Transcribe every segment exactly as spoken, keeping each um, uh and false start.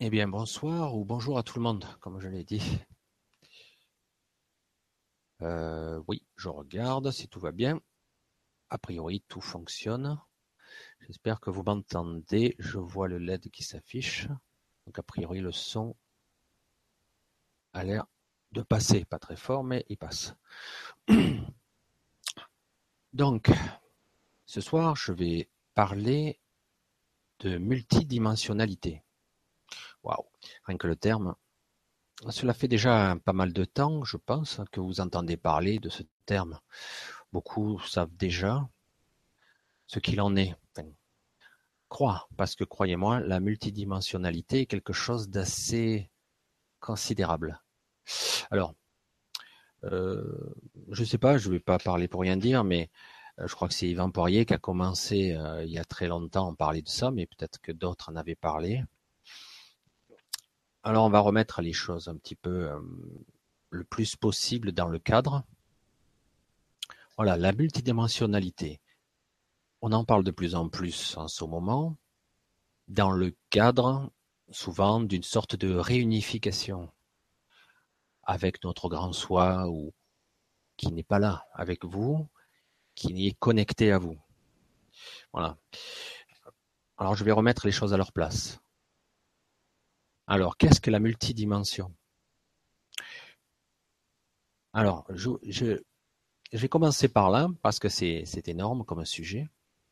Eh bien, bonsoir ou bonjour à tout le monde, comme je l'ai dit. Euh, oui, je regarde si tout va bien. A priori, tout fonctionne. J'espère que vous m'entendez. Je vois le L E D qui s'affiche. Donc, a priori, le son a l'air de passer. Pas très fort, mais il passe. Donc, ce soir, je vais parler de multidimensionnalité. Waouh, rien que le terme. Cela fait déjà pas mal de temps, je pense, que vous entendez parler de ce terme. Beaucoup savent déjà ce qu'il en est. Enfin, croire, parce que croyez-moi, la multidimensionnalité est quelque chose d'assez considérable. Alors, euh, je ne sais pas, je ne vais pas parler pour rien dire, mais euh, je crois que c'est Yvan Poirier qui a commencé euh, il y a très longtemps à parler de ça, mais peut-être que d'autres en avaient parlé. Alors, on va remettre les choses un petit peu euh, le plus possible dans le cadre. Voilà, la multidimensionnalité. On en parle de plus en plus en ce moment, dans le cadre souvent d'une sorte de réunification avec notre grand soi ou qui n'est pas là avec vous, qui est connecté à vous. Voilà. Alors je vais remettre les choses à leur place. Alors, qu'est-ce que la multidimension? Alors, je, je, je vais commencer par là parce que c'est, c'est énorme comme sujet.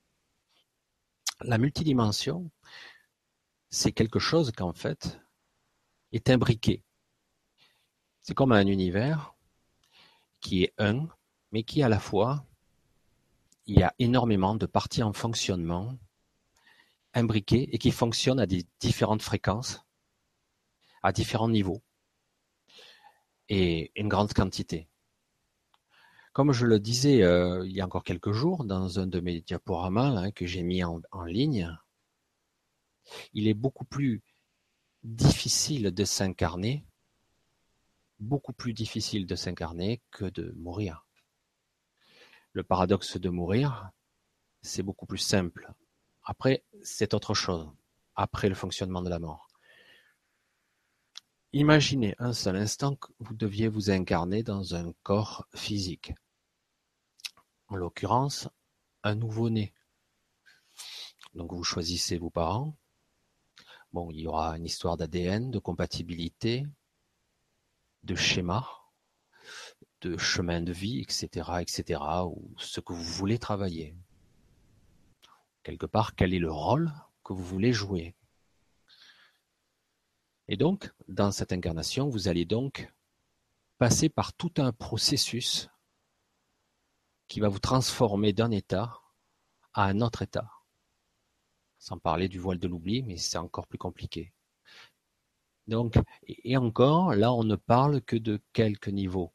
La multidimension, c'est quelque chose qu'en fait est imbriqué. C'est comme un univers qui est un, mais qui à la fois, il y a énormément de parties en fonctionnement imbriquées et qui fonctionnent à des différentes fréquences, à différents niveaux et une grande quantité. Comme je le disais euh, il y a encore quelques jours dans un de mes diaporamas là, que j'ai mis en, en ligne, il est beaucoup plus difficile de s'incarner, beaucoup plus difficile de s'incarner que de mourir. Le paradoxe de mourir, c'est beaucoup plus simple. Après, c'est autre chose. Après le fonctionnement de la mort. Imaginez un seul instant que vous deviez vous incarner dans un corps physique. En l'occurrence, un nouveau-né. Donc vous choisissez vos parents. Bon, il y aura une histoire d'A D N, de compatibilité, de schéma, de chemin de vie, et cetera, et cetera, ou ce que vous voulez travailler. Quelque part, quel est le rôle que vous voulez jouer? Et donc, dans cette incarnation, vous allez donc passer par tout un processus qui va vous transformer d'un état à un autre état. Sans parler du voile de l'oubli, mais c'est encore plus compliqué. Donc, et encore, là, on ne parle que de quelques niveaux.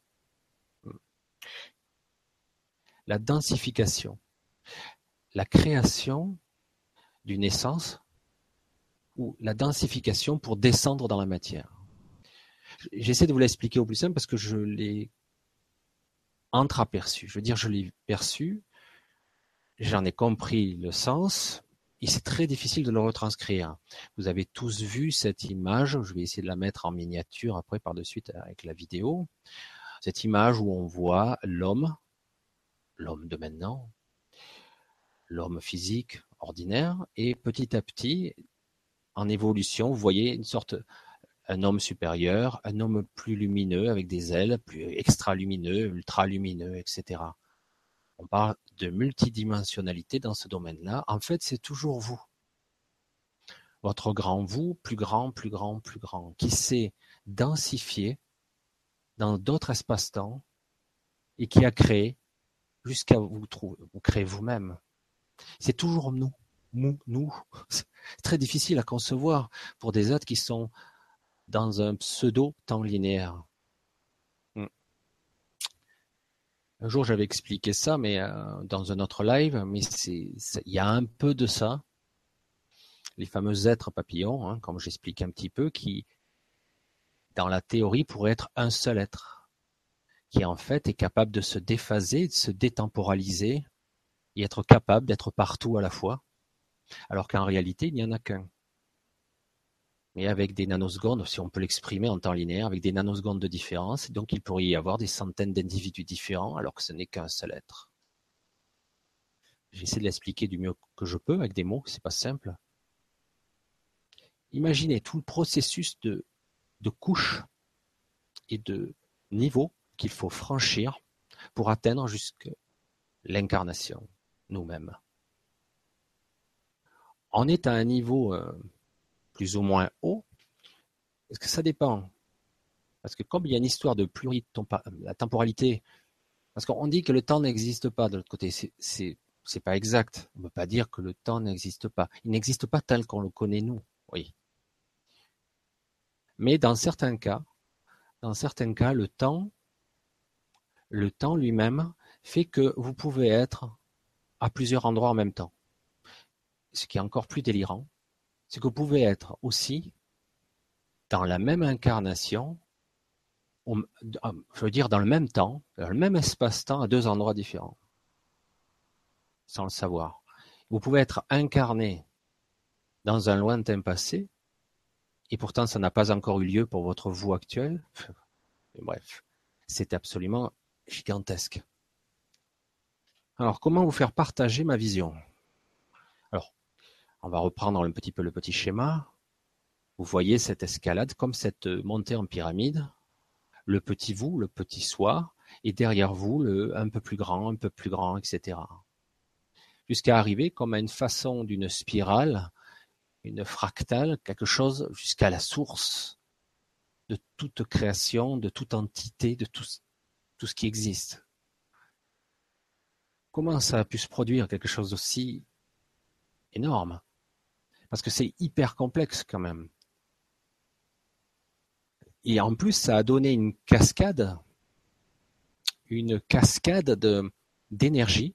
La densification, la création d'une essence ou la densification pour descendre dans la matière. J'essaie de vous l'expliquer au plus simple parce que je l'ai entreaperçu. Je veux dire, je l'ai perçu, j'en ai compris le sens, et c'est très difficile de le retranscrire. Vous avez tous vu cette image, je vais essayer de la mettre en miniature après par de suite avec la vidéo. Cette image où on voit l'homme, l'homme de maintenant, l'homme physique ordinaire, et petit à petit, en évolution, vous voyez une sorte, un homme supérieur, un homme plus lumineux avec des ailes, plus extra lumineux, ultra lumineux, et cetera. On parle de multidimensionnalité dans ce domaine-là. En fait, c'est toujours vous. Votre grand vous, plus grand, plus grand, plus grand, qui s'est densifié dans d'autres espaces-temps et qui a créé jusqu'à vous trouver, vous créez vous-même. C'est toujours nous, nous, nous. C'est très difficile à concevoir pour des êtres qui sont dans un pseudo-temps linéaire. Hmm. Un jour, j'avais expliqué ça, mais euh, dans un autre live, mais c'est, il y a un peu de ça. Les fameux êtres papillons, hein, comme j'explique un petit peu, qui, dans la théorie, pourraient être un seul être, qui en fait est capable de se déphaser, de se détemporaliser, et être capable d'être partout à la fois, alors qu'en réalité, il n'y en a qu'un. mais avec des nanosecondes, si on peut l'exprimer en temps linéaire, avec des nanosecondes de différence. Donc il pourrait y avoir des centaines d'individus différents alors que ce n'est qu'un seul être. J'essaie de l'expliquer du mieux que je peux avec des mots, c'est pas simple. Imaginez tout le processus de, de couches et de niveaux qu'il faut franchir pour atteindre jusqu'à l'incarnation, nous-mêmes. On est à un niveau euh, plus ou moins haut, parce que ça dépend. Parce que comme il y a une histoire de pluritemporalité, la temporalité, parce qu'on dit que le temps n'existe pas de l'autre côté, c'est, c'est, c'est pas exact. On ne peut pas dire que le temps n'existe pas. Il n'existe pas tel qu'on le connaît nous, oui. Mais dans certains cas, dans certains cas, le temps, le temps lui-même fait que vous pouvez être à plusieurs endroits en même temps. Ce qui est encore plus délirant, c'est que vous pouvez être aussi dans la même incarnation, je veux dire dans le même temps, dans le même espace-temps à deux endroits différents, sans le savoir. Vous pouvez être incarné dans un lointain passé, et pourtant ça n'a pas encore eu lieu pour votre vous actuel. Bref, c'est absolument gigantesque. Alors, comment vous faire partager ma vision? Alors, on va reprendre un petit peu le petit schéma. Vous voyez cette escalade comme cette montée en pyramide, le petit vous, le petit soi, et derrière vous, le un peu plus grand, un peu plus grand, et cetera. Jusqu'à arriver comme à une façon d'une spirale, une fractale, quelque chose jusqu'à la source de toute création, de toute entité, de tout, tout ce qui existe. Comment ça a pu se produire quelque chose d'aussi énorme? Parce que c'est hyper complexe quand même. Et en plus, ça a donné une cascade, une cascade de, d'énergie,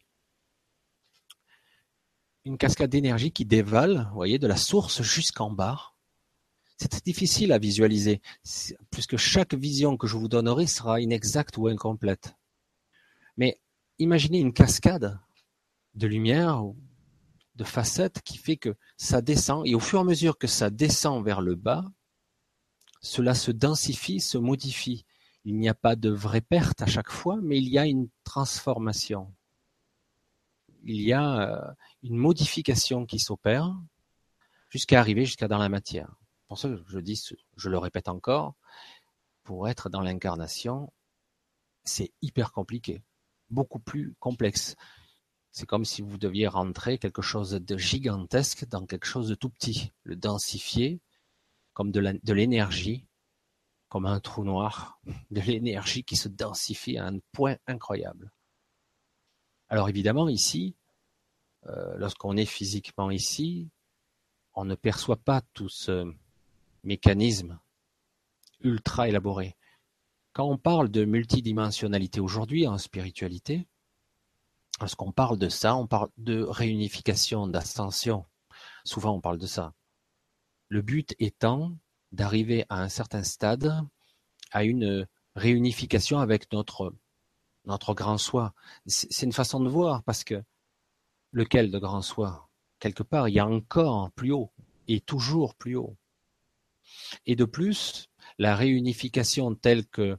une cascade d'énergie qui dévale, vous voyez, de la source jusqu'en bas. C'est très difficile à visualiser, puisque chaque vision que je vous donnerai sera inexacte ou incomplète. Mais imaginez une cascade de lumière, de facettes, qui fait que ça descend, et au fur et à mesure que ça descend vers le bas, cela se densifie, se modifie. Il n'y a pas de vraie perte à chaque fois, mais il y a une transformation. Il y a une modification qui s'opère jusqu'à arriver jusqu'à dans la matière. Pour ça que je dis, je le répète encore, pour être dans l'incarnation, c'est hyper compliqué, beaucoup plus complexe. C'est comme si vous deviez rentrer quelque chose de gigantesque dans quelque chose de tout petit, le densifier comme de, la, de l'énergie, comme un trou noir, de l'énergie qui se densifie à un point incroyable. Alors évidemment ici, euh, lorsqu'on est physiquement ici, on ne perçoit pas tout ce mécanisme ultra élaboré. Quand on parle de multidimensionnalité aujourd'hui en spiritualité, lorsqu'on parle de ça, on parle de réunification, d'ascension. Souvent on parle de ça. Le but étant d'arriver à un certain stade, à une réunification avec notre, notre grand soi. C'est une façon de voir, parce que lequel de grand soi? Quelque part, il y a encore plus haut, et toujours plus haut. Et de plus, la réunification telle que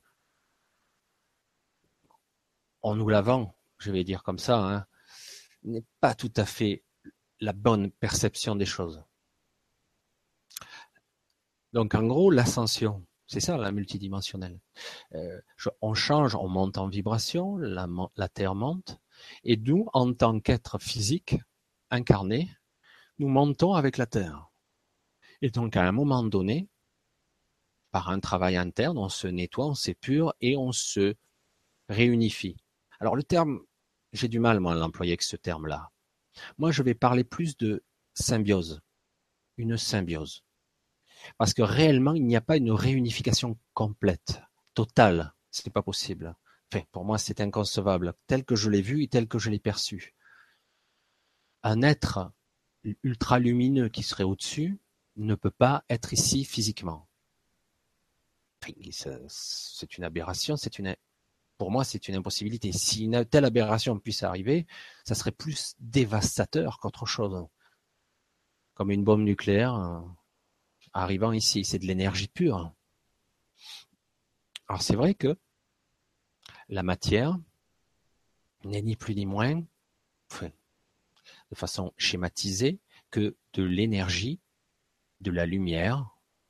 on nous la vend, je vais dire comme ça, hein, n'est pas tout à fait la bonne perception des choses. Donc en gros, l'ascension, c'est ça la multidimensionnelle. Euh, on change, on monte en vibration, la, la Terre monte, et nous, en tant qu'être physique, incarné, nous montons avec la Terre. Et donc à un moment donné, par un travail interne, on se nettoie, on s'épure et on se réunifie. Alors le terme, j'ai du mal moi à l'employer avec ce terme-là. Moi je vais parler plus de symbiose, une symbiose. Parce que réellement il n'y a pas une réunification complète, totale, ce n'est pas possible. Enfin, pour moi c'est inconcevable, tel que je l'ai vu et tel que je l'ai perçu. Un être ultra lumineux qui serait au-dessus ne peut pas être ici physiquement. C'est une aberration, c'est une, pour moi, c'est une impossibilité. Si une telle aberration puisse arriver, ça serait plus dévastateur qu'autre chose. Comme une bombe nucléaire, arrivant ici. C'est de l'énergie pure. Alors c'est vrai que la matière n'est ni plus ni moins, enfin, de façon schématisée, que de l'énergie, de la lumière,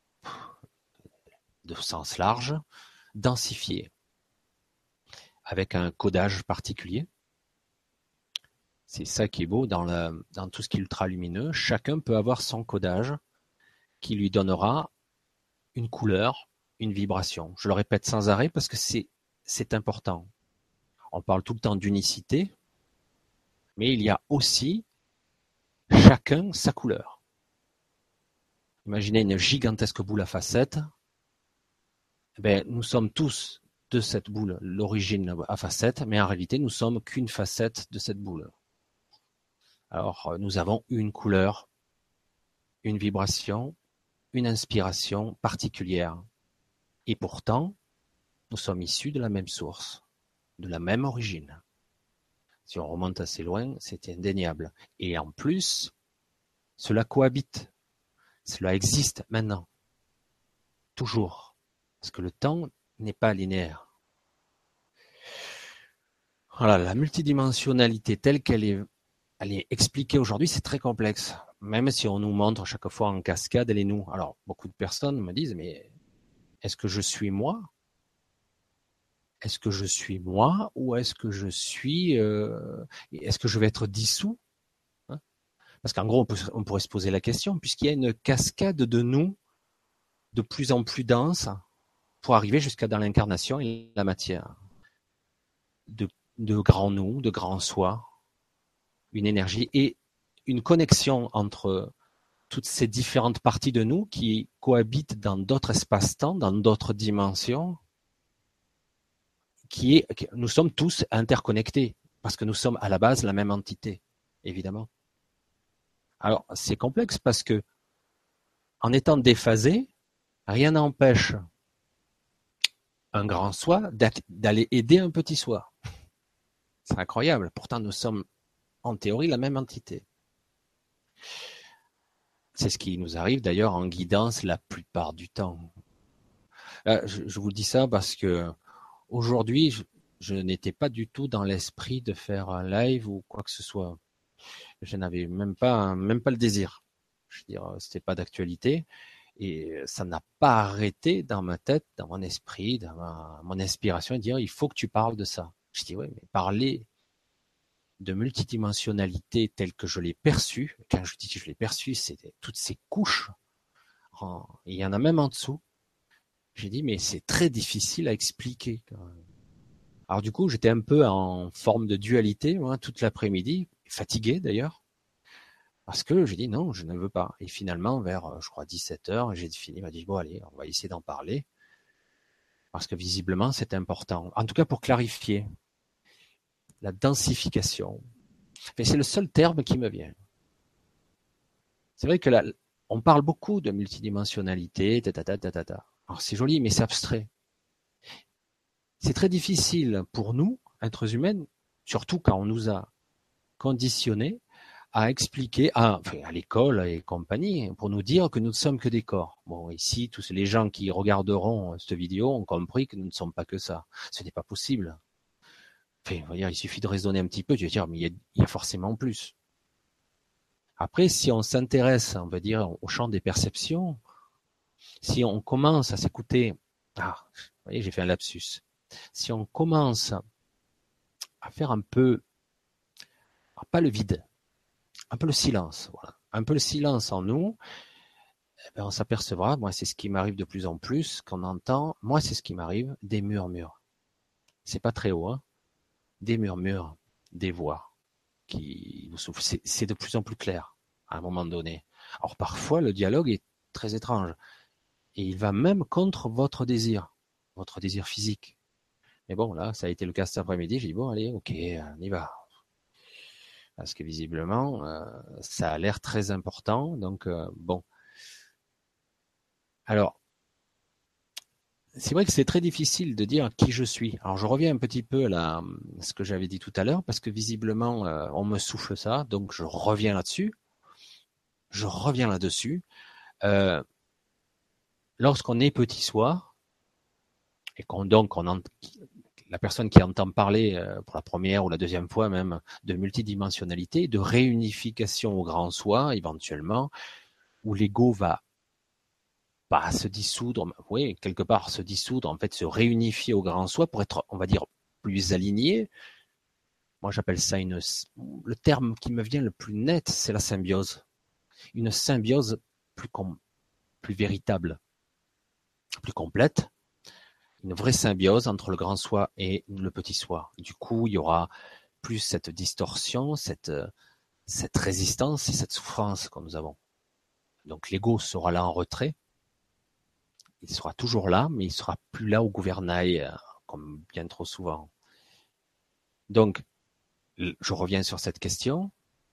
de sens large, densifiée, avec un codage particulier. C'est ça qui est beau dans, le, dans tout ce qui est ultra-lumineux. Chacun peut avoir son codage qui lui donnera une couleur, une vibration. Je le répète sans arrêt parce que c'est, c'est important. On parle tout le temps d'unicité, mais il y a aussi chacun sa couleur. Imaginez une gigantesque boule à facettes. Ben, nous sommes tous de cette boule, l'origine à facettes, mais en réalité, nous sommes qu'une facette de cette boule. Alors, nous avons une couleur, une vibration, une inspiration particulière. Et pourtant, nous sommes issus de la même source, de la même origine. Si on remonte assez loin, c'est indéniable. Et en plus, cela cohabite. Cela existe maintenant. Toujours. Parce que le temps n'est pas linéaire. Voilà, la multidimensionnalité telle qu'elle est, elle est expliquée aujourd'hui, c'est très complexe. Même si on nous montre chaque fois en cascade, elle est nous. Alors, beaucoup de personnes me disent, mais est-ce que je suis moi? Est-ce que je suis moi ou est-ce que je suis, euh, est-ce que je vais être dissous? Hein? Parce qu'en gros, on, peut, on pourrait se poser la question, puisqu'il y a une cascade de nous de plus en plus dense pour arriver jusqu'à dans l'incarnation et la matière. De, de grands nous, de grands soi, une énergie et une connexion entre toutes ces différentes parties de nous qui cohabitent dans d'autres espaces-temps, dans d'autres dimensions, qui est, nous sommes tous interconnectés, parce que nous sommes à la base la même entité, évidemment. Alors, c'est complexe parce que, en étant déphasé, rien n'empêche un grand soi d'aller aider un petit soi. C'est incroyable. Pourtant, nous sommes, en théorie, la même entité. C'est ce qui nous arrive d'ailleurs en guidance la plupart du temps. Euh, je, je vous dis ça parce que aujourd'hui, je, je n'étais pas du tout dans l'esprit de faire un live ou quoi que ce soit. Je n'avais même pas, même pas le désir. Je veux dire, c'était pas d'actualité et ça n'a pas arrêté dans ma tête, dans mon esprit, dans ma, mon inspiration, de dire il faut que tu parles de ça. Je dis ouais, mais parler de multidimensionnalité telle que je l'ai perçue. Quand je dis que je l'ai perçue, c'est toutes ces couches. En, il y en a même en dessous. J'ai dit mais c'est très difficile à expliquer. Alors du coup, j'étais un peu en forme de dualité, moi, toute l'après-midi, fatigué d'ailleurs, parce que j'ai dit non, je ne veux pas. Et finalement, vers, je crois, dix-sept heures, j'ai fini, il m'a dit bon allez, on va essayer d'en parler, parce que visiblement c'est important. En tout cas pour clarifier la densification. Mais c'est le seul terme qui me vient. C'est vrai que là, on parle beaucoup de multidimensionnalité, tatata, tatata. Alors c'est joli, mais c'est abstrait. C'est très difficile pour nous, êtres humains, surtout quand on nous a conditionnés à expliquer, à, enfin, à l'école et compagnie, pour nous dire que nous ne sommes que des corps. Bon, ici, tous les gens qui regarderont cette vidéo ont compris que nous ne sommes pas que ça. Ce n'est pas possible. Enfin, on va dire, il suffit de raisonner un petit peu, tu vas dire, mais il y a, il y a forcément plus. Après, si on s'intéresse, on va dire, au champ des perceptions, si on commence à s'écouter, ah, vous voyez, j'ai fait un lapsus. Si on commence à faire un peu, pas le vide, un peu le silence, voilà, un peu le silence en nous, eh bien, on s'apercevra, moi c'est ce qui m'arrive de plus en plus, qu'on entend, moi c'est ce qui m'arrive, des murmures. C'est pas très haut, hein, des murmures, des voix qui vous soufflent. C'est, c'est de plus en plus clair à un moment donné. Alors parfois le dialogue est très étrange et il va même contre votre désir, votre désir physique. Mais bon, là, ça a été le cas cet après-midi. J'ai dit bon, allez, ok, on y va. Parce que visiblement, euh, ça a l'air très important. Donc, euh, bon. Alors, c'est vrai que c'est très difficile de dire qui je suis. Alors, je reviens un petit peu à la, ce que j'avais dit tout à l'heure, parce que visiblement, euh, on me souffle ça. Donc, je reviens là-dessus. Je reviens là-dessus. Euh, lorsqu'on est petit soi, et qu'on donc on en, la personne qui entend parler euh, pour la première ou la deuxième fois même de multidimensionnalité, de réunification au grand soi éventuellement, où l'ego va pas se dissoudre, oui, quelque part se dissoudre, en fait se réunifier au grand soi pour être, on va dire, plus aligné. Moi j'appelle ça une, le terme qui me vient le plus net, c'est la symbiose. Une symbiose plus, com, plus véritable, plus complète, une vraie symbiose entre le grand soi et le petit soi. Du coup, il y aura plus cette distorsion, cette, cette résistance et cette souffrance que nous avons. Donc l'ego sera là en retrait, il sera toujours là, mais il sera plus là au gouvernail, comme bien trop souvent. Donc, je reviens sur cette question.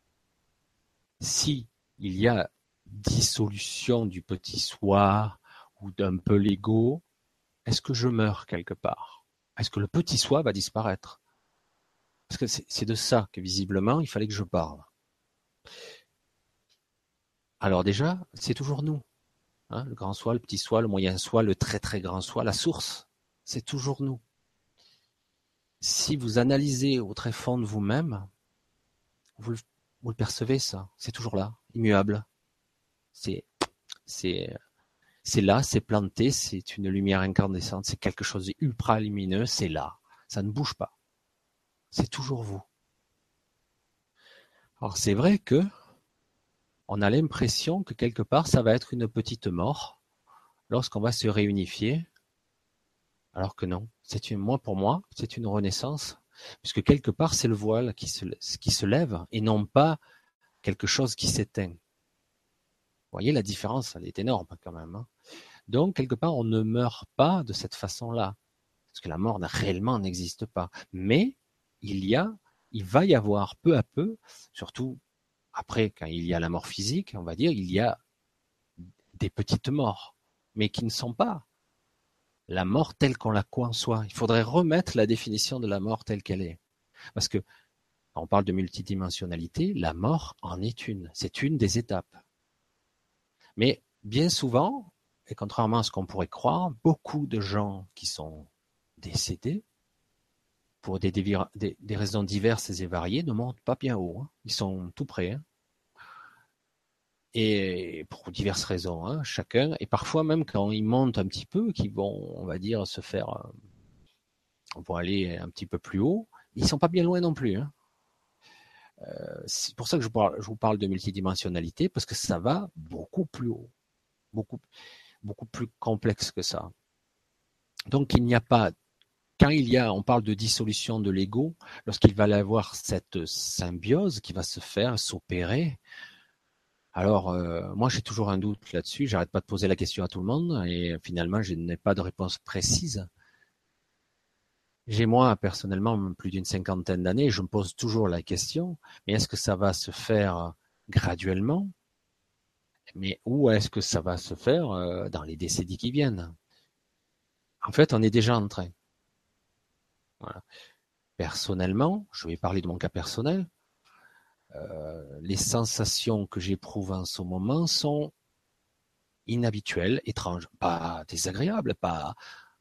Si il y a dissolution du petit soi ou d'un peu l'ego, est-ce que je meurs quelque part? Est-ce que le petit soi va disparaître? Parce que c'est de ça que visiblement il fallait que je parle. Alors déjà, c'est toujours nous. Hein, le grand soi, le petit soi, le moyen soi, le très très grand soi, la source, c'est toujours nous. Si vous analysez au très fond de vous-même, vous, vous le percevez ça, c'est toujours là, immuable. C'est c'est c'est là, c'est planté, c'est une lumière incandescente, c'est quelque chose d'ultra lumineux, c'est là, ça ne bouge pas. C'est toujours vous. Alors c'est vrai que on a l'impression que quelque part ça va être une petite mort lorsqu'on va se réunifier, alors que non. C'est une, moi pour moi, c'est une renaissance, puisque quelque part c'est le voile qui se, qui se lève et non pas quelque chose qui s'éteint. Vous voyez la différence, elle est énorme quand même. Hein. Donc quelque part on ne meurt pas de cette façon-là, parce que la mort réellement n'existe pas. Mais il y a, il va y avoir peu à peu, surtout après quand il y a la mort physique, on va dire, il y a des petites morts, mais qui ne sont pas la mort telle qu'on la conçoit. Il faudrait remettre la définition de la mort telle qu'elle est. Parce que quand on parle de multidimensionnalité, la mort en est une. C'est une des étapes. Mais bien souvent, et contrairement à ce qu'on pourrait croire, beaucoup de gens qui sont décédés, pour des, des, des raisons diverses et variées, ne montent pas bien haut. Hein. Ils sont tout près. Hein. Et pour diverses raisons, hein, chacun. Et parfois même quand ils montent un petit peu, qu'ils vont, on va dire, se faire, on va aller un petit peu plus haut, ils sont pas bien loin non plus. Hein. Euh, c'est pour ça que je, parle, je vous parle de multidimensionnalité, parce que ça va beaucoup plus haut, beaucoup, beaucoup plus complexe que ça. Donc il n'y a pas, quand il y a, on parle de dissolution de l'ego, lorsqu'il va y avoir cette symbiose qui va se faire, s'opérer. Alors, euh, moi, j'ai toujours un doute là-dessus. J'arrête pas de poser la question à tout le monde et finalement, je n'ai pas de réponse précise. J'ai moi, personnellement, plus d'une cinquantaine d'années. Je me pose toujours la question, mais est-ce que ça va se faire graduellement? Mais où est-ce que ça va se faire euh, dans les décennies qui viennent? En fait, on est déjà en train. Voilà. Personnellement, je vais parler de mon cas personnel. Euh, les sensations que j'éprouve en ce moment sont inhabituelles, étranges, pas désagréables, pas,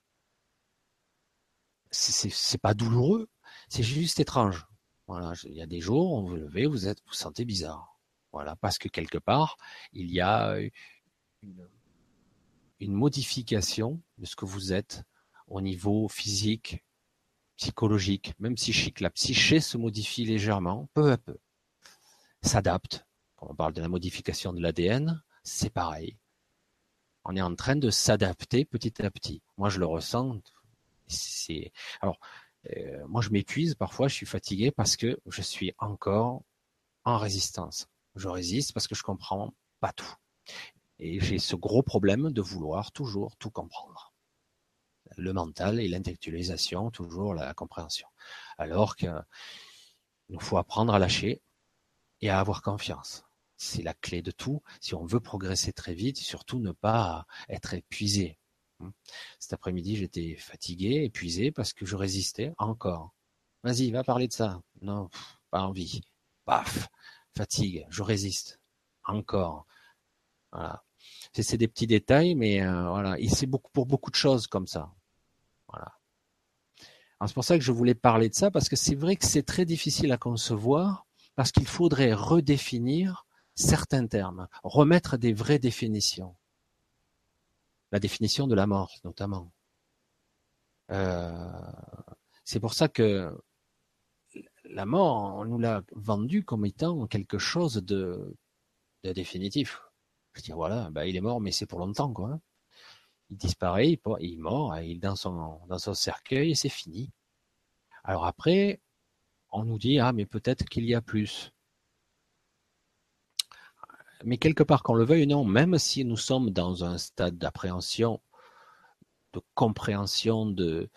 c'est, c'est pas douloureux, c'est juste étrange. Voilà, il y a des jours, on vous levez, vous êtes, vous sentez bizarre. Voilà, parce que quelque part, il y a une, une modification de ce que vous êtes au niveau physique, psychologique, même psychique. La psyché se modifie légèrement, peu à peu, s'adapte. Quand on parle de la modification de l'A D N, c'est pareil. On est en train de s'adapter petit à petit. Moi, je le ressens. C'est alors, euh, moi, je m'épuise parfois. Je suis fatigué parce que je suis encore en résistance. Je résiste parce que je comprends pas tout. Et j'ai ce gros problème de vouloir toujours tout comprendre. Le mental et l'intellectualisation, toujours la compréhension. Alors qu'il nous faut apprendre à lâcher et à avoir confiance. C'est la clé de tout. Si on veut progresser très vite, surtout ne pas être épuisé. Cet après-midi, j'étais fatigué, épuisé parce que je résistais encore. Vas-y, va parler de ça. Non, pff, pas envie. Paf, fatigue, je résiste. Encore. Voilà. C'est, c'est des petits détails, mais euh, voilà. Et c'est beaucoup pour beaucoup de choses comme ça. Voilà. Alors c'est pour ça que je voulais parler de ça, parce que c'est vrai que c'est très difficile à concevoir, parce qu'il faudrait redéfinir certains termes, remettre des vraies définitions. La définition de la mort, notamment. Euh, c'est pour ça que la mort, on nous l'a vendue comme étant quelque chose de, de définitif. Je veux dire, voilà, ben il est mort, mais c'est pour longtemps, quoi. Il disparaît, il, il est mort, il est dans son, dans son cercueil et c'est fini. Alors après, on nous dit, ah, mais peut-être qu'il y a plus. Mais quelque part, qu'on le veuille ou non, même si nous sommes dans un stade d'appréhension, de compréhension, de,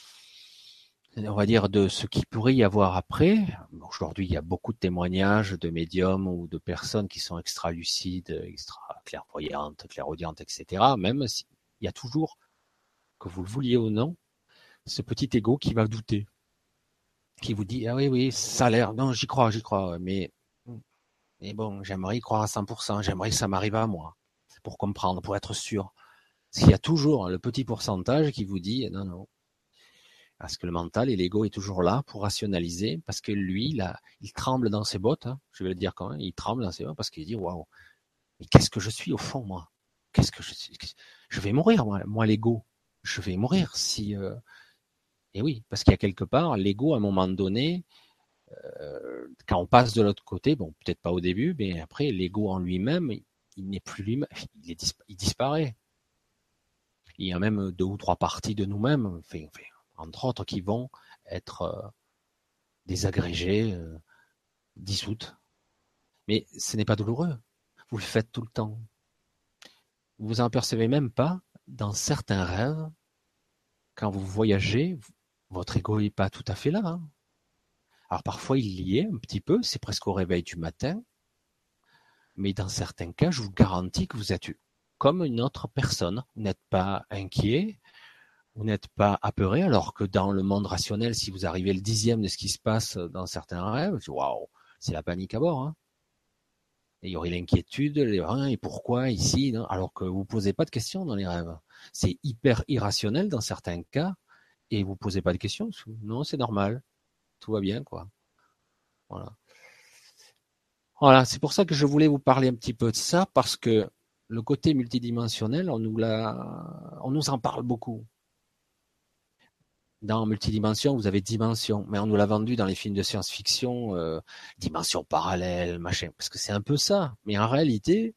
on va dire, de ce qu'il pourrait y avoir après. Aujourd'hui, il y a beaucoup de témoignages de médiums ou de personnes qui sont extra-lucides, extra-clairvoyantes, clairaudientes, et cetera. Même s'il y a toujours, que vous le vouliez ou non, ce petit ego qui va douter, qui vous dit, ah oui, oui, ça a l'air, non, j'y crois, j'y crois, mais, mais bon, j'aimerais y croire à cent pour cent, j'aimerais que ça m'arrive à moi, pour comprendre, pour être sûr. Parce qu'il y a toujours le petit pourcentage qui vous dit, non, non. Parce que le mental et l'ego est toujours là pour rationaliser, parce que lui, là, il tremble dans ses bottes, hein, je vais le dire quand même, il tremble dans ses bottes parce qu'il dit, waouh, mais qu'est-ce que je suis au fond, moi? Qu'est-ce que je suis? Je vais mourir, moi, moi l'ego. Je vais mourir si, euh... et oui, parce qu'il y a quelque part, l'ego, à un moment donné, euh, quand on passe de l'autre côté, bon, peut-être pas au début, mais après, l'ego en lui-même, il n'est plus lui-même, il, est, il disparaît. Il y a même deux ou trois parties de nous-mêmes, enfin, enfin, entre autres, qui vont être euh, désagrégées, euh, dissoutes. Mais ce n'est pas douloureux. Vous le faites tout le temps. Vous vous en apercevez même pas dans certains rêves. Quand vous voyagez, votre ego n'est pas tout à fait là. Hein. Alors parfois, il y est un petit peu, c'est presque au réveil du matin. Mais dans certains cas, je vous garantis que vous êtes comme une autre personne. Vous n'êtes pas inquiet, vous n'êtes pas apeuré, alors que dans le monde rationnel, si vous arrivez le dixième de ce qui se passe dans certains rêves, waouh, c'est la panique à bord. Hein. Et il y aurait l'inquiétude, les hein, et pourquoi ici, non alors que vous ne posez pas de questions dans les rêves. C'est hyper irrationnel dans certains cas, et vous ne posez pas de questions. Non, c'est normal, tout va bien, quoi. Voilà. Voilà, c'est pour ça que je voulais vous parler un petit peu de ça, parce que le côté multidimensionnel, on nous l'a, on nous en parle beaucoup. Dans multidimension, vous avez dimension, mais on nous l'a vendu dans les films de science-fiction, euh, dimension parallèle, machin, parce que c'est un peu ça. Mais en réalité,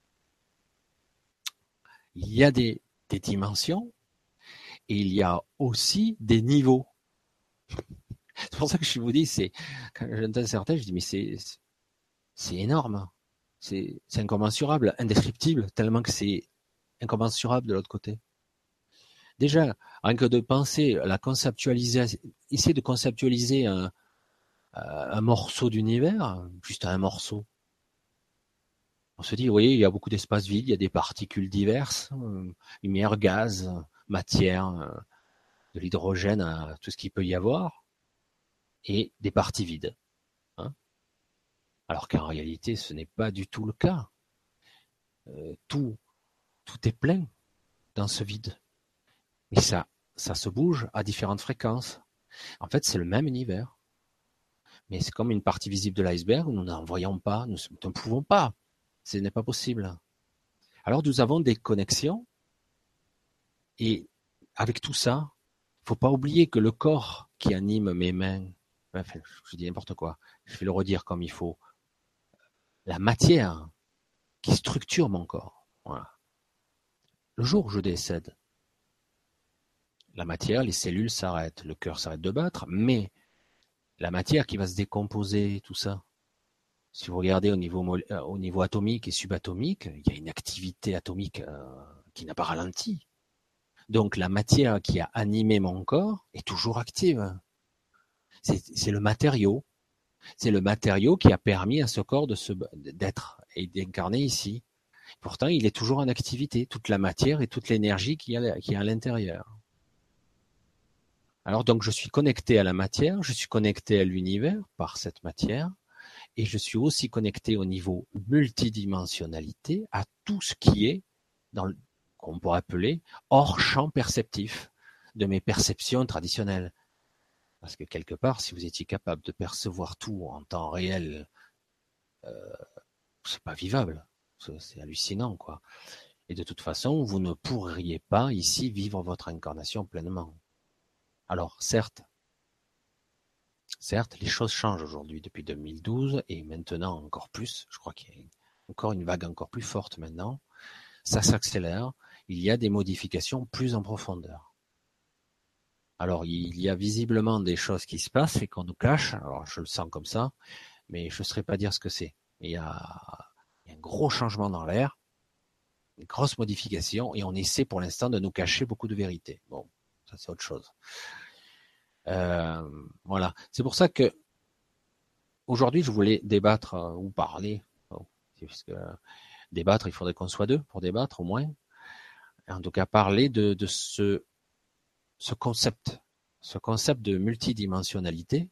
il y a des, des dimensions et il y a aussi des niveaux. C'est pour ça que je vous dis, c'est quand j'entends certains, je dis mais c'est c'est énorme, c'est c'est incommensurable, indescriptible, tellement que c'est incommensurable de l'autre côté. Déjà, rien que de penser, la conceptualiser, essayer de conceptualiser un, un morceau d'univers, juste un morceau. On se dit, oui, il y a beaucoup d'espace vide, il y a des particules diverses, lumière, gaz, matière, de l'hydrogène, tout ce qu'il peut y avoir, et des parties vides. Hein. Alors qu'en réalité, ce n'est pas du tout le cas. Euh, tout, tout est plein dans ce vide. Mais ça, ça se bouge à différentes fréquences. En fait, c'est le même univers. Mais c'est comme une partie visible de l'iceberg où nous n'en voyons pas, nous ne pouvons pas. Ce n'est pas possible. Alors nous avons des connexions et avec tout ça, il ne faut pas oublier que le corps qui anime mes mains, enfin, je dis n'importe quoi, je vais le redire comme il faut, la matière qui structure mon corps. Voilà. Le jour où je décède, la matière, les cellules s'arrêtent, le cœur s'arrête de battre, mais la matière qui va se décomposer, tout ça, si vous regardez au niveau, au niveau atomique et subatomique, il y a une activité atomique euh, qui n'a pas ralenti. Donc la matière qui a animé mon corps est toujours active. C'est, c'est le matériau. C'est le matériau qui a permis à ce corps de se, d'être et d'incarner ici. Pourtant, il est toujours en activité, toute la matière et toute l'énergie qui est qui est à l'intérieur. Alors donc je suis connecté à la matière, je suis connecté à l'univers par cette matière, et je suis aussi connecté au niveau multidimensionnalité à tout ce qui est dans le, qu'on pourrait appeler hors champ perceptif de mes perceptions traditionnelles. Parce que quelque part, si vous étiez capable de percevoir tout en temps réel, euh, c'est pas vivable. C'est, c'est hallucinant, quoi. Et de toute façon, vous ne pourriez pas ici vivre votre incarnation pleinement. Alors, certes, certes, les choses changent aujourd'hui depuis deux mille douze et maintenant encore plus. Je crois qu'il y a encore une vague encore plus forte maintenant. Ça s'accélère. Il y a des modifications plus en profondeur. Alors, il y a visiblement des choses qui se passent et qu'on nous cache. Alors, je le sens comme ça, mais je ne saurais pas dire ce que c'est. Il y a, il y a un gros changement dans l'air, une grosse modification, et on essaie pour l'instant de nous cacher beaucoup de vérités. Bon, ça c'est autre chose. Euh, voilà. C'est pour ça que aujourd'hui, je voulais débattre euh, ou parler. Bon, parce que euh, débattre, il faudrait qu'on soit deux pour débattre au moins. En tout cas, parler de, de ce, ce concept, ce concept de multidimensionnalité.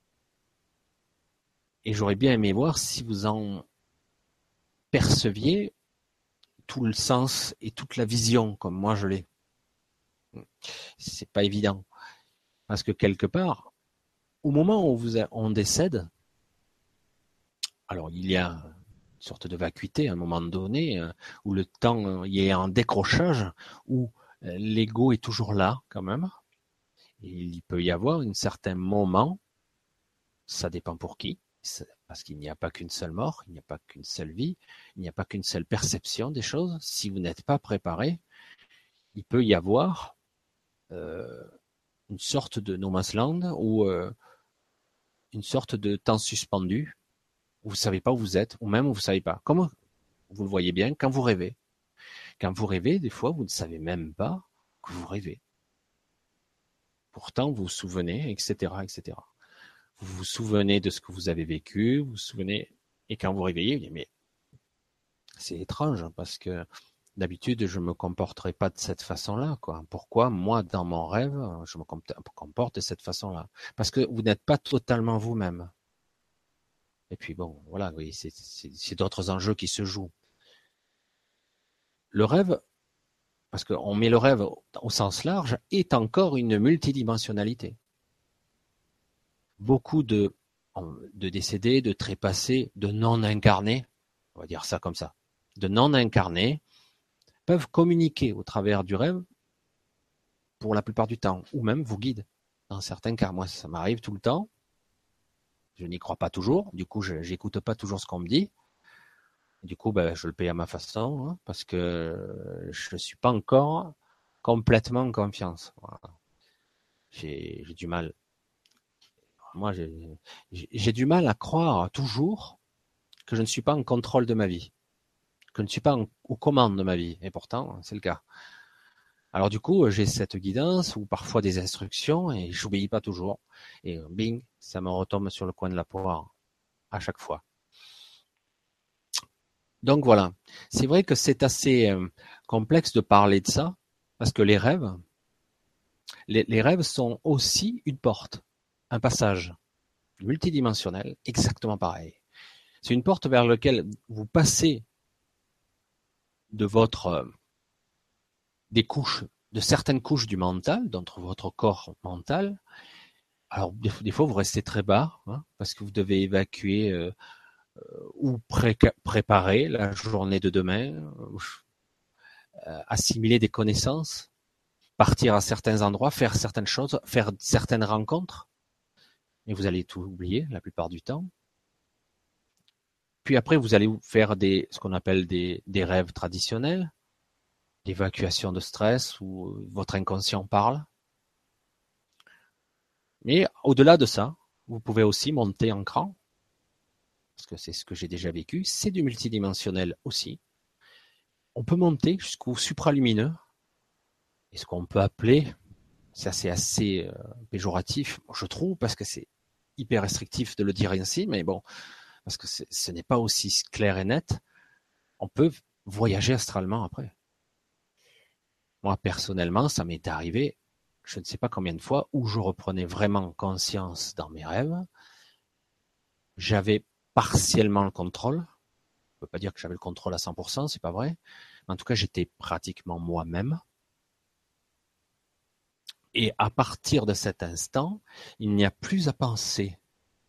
Et j'aurais bien aimé voir si vous en perceviez tout le sens et toute la vision comme moi je l'ai. C'est pas évident. Parce que quelque part, au moment où vous a, on décède, alors il y a une sorte de vacuité à un moment donné, euh, où le temps, euh, il y a un décrochage, où euh, l'ego est toujours là quand même. Et il peut y avoir un certain moment, ça dépend pour qui, parce qu'il n'y a pas qu'une seule mort, il n'y a pas qu'une seule vie, il n'y a pas qu'une seule perception des choses. Si vous n'êtes pas préparé, il peut y avoir euh, une sorte de no man's land ou euh, une sorte de temps suspendu où vous ne savez pas où vous êtes, ou même où vous ne savez pas. Comme vous le voyez bien quand vous rêvez. Quand vous rêvez, des fois, vous ne savez même pas que vous rêvez. Pourtant, vous vous souvenez, et cetera, et cetera. Vous vous souvenez de ce que vous avez vécu, vous vous souvenez, et quand vous réveillez, vous dites, mais c'est étrange, parce que d'habitude, je me comporterais pas de cette façon-là, quoi. Pourquoi, moi, dans mon rêve, je me comporte de cette façon-là? Parce que vous n'êtes pas totalement vous-même. Et puis bon, voilà, oui, c'est, c'est, c'est d'autres enjeux qui se jouent. Le rêve, parce qu'on met le rêve au sens large, est encore une multidimensionnalité. Beaucoup de, de décédés, de trépassés, de non-incarnés, on va dire ça comme ça, de non-incarnés, peuvent communiquer au travers du rêve pour la plupart du temps, ou même vous guident. Dans certains cas, moi ça m'arrive tout le temps, je n'y crois pas toujours, du coup je n'écoute pas toujours ce qu'on me dit, du coup ben, je le paye à ma façon, hein, parce que je ne suis pas encore complètement en confiance. Voilà. J'ai, j'ai du mal. Moi, j'ai, j'ai du mal à croire toujours que je ne suis pas en contrôle de ma vie, que je ne suis pas en, aux commandes de ma vie, et pourtant c'est le cas. Alors du coup, j'ai cette guidance ou parfois des instructions et j'obéis pas toujours. Et bing, ça me retombe sur le coin de la poire à chaque fois. Donc voilà, c'est vrai que c'est assez euh, complexe de parler de ça parce que les rêves, les, les rêves sont aussi une porte, un passage multidimensionnel, exactement pareil. C'est une porte vers laquelle vous passez de votre euh, des couches, de certaines couches du mental, d'entre votre corps mental. Alors des, des fois vous restez très bas hein, parce que vous devez évacuer euh, ou pré préparer la journée de demain, euh, assimiler des connaissances, partir à certains endroits, faire certaines choses, faire certaines rencontres, et vous allez tout oublier la plupart du temps. Puis après, vous allez faire des, ce qu'on appelle des, des rêves traditionnels, d'évacuation de stress, où votre inconscient parle. Mais au-delà de ça, vous pouvez aussi monter en cran, parce que c'est ce que j'ai déjà vécu, c'est du multidimensionnel aussi. On peut monter jusqu'au supralumineux, et ce qu'on peut appeler, c'est assez, assez euh, péjoratif, je trouve, parce que c'est hyper restrictif de le dire ainsi, mais bon, parce que ce n'est pas aussi clair et net, on peut voyager astralement après. Moi, personnellement, ça m'est arrivé, je ne sais pas combien de fois, où je reprenais vraiment conscience dans mes rêves. J'avais partiellement le contrôle. Je ne peux pas dire que j'avais le contrôle à cent pour cent, c'est pas vrai. Mais en tout cas, j'étais pratiquement moi-même. Et à partir de cet instant, il n'y a plus à penser.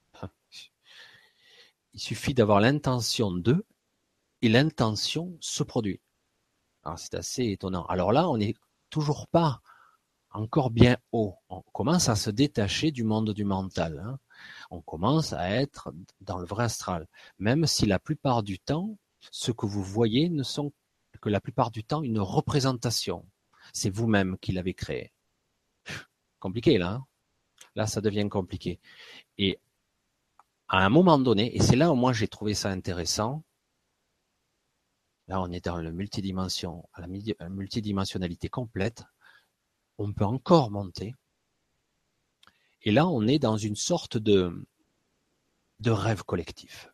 Il suffit d'avoir l'intention de, et l'intention se produit. Alors c'est assez étonnant. Alors là, on n'est toujours pas encore bien haut. On commence à se détacher du monde du mental. Hein. On commence à être dans le vrai astral. Même si la plupart du temps, ce que vous voyez ne sont que la plupart du temps une représentation. C'est vous-même qui l'avez créé. Compliqué là. Hein. Là, ça devient compliqué. Et à un moment donné, et c'est là où moi j'ai trouvé ça intéressant, là on est dans la multidimension, à la multidimensionnalité complète, on peut encore monter. Et là, on est dans une sorte de, de rêve collectif.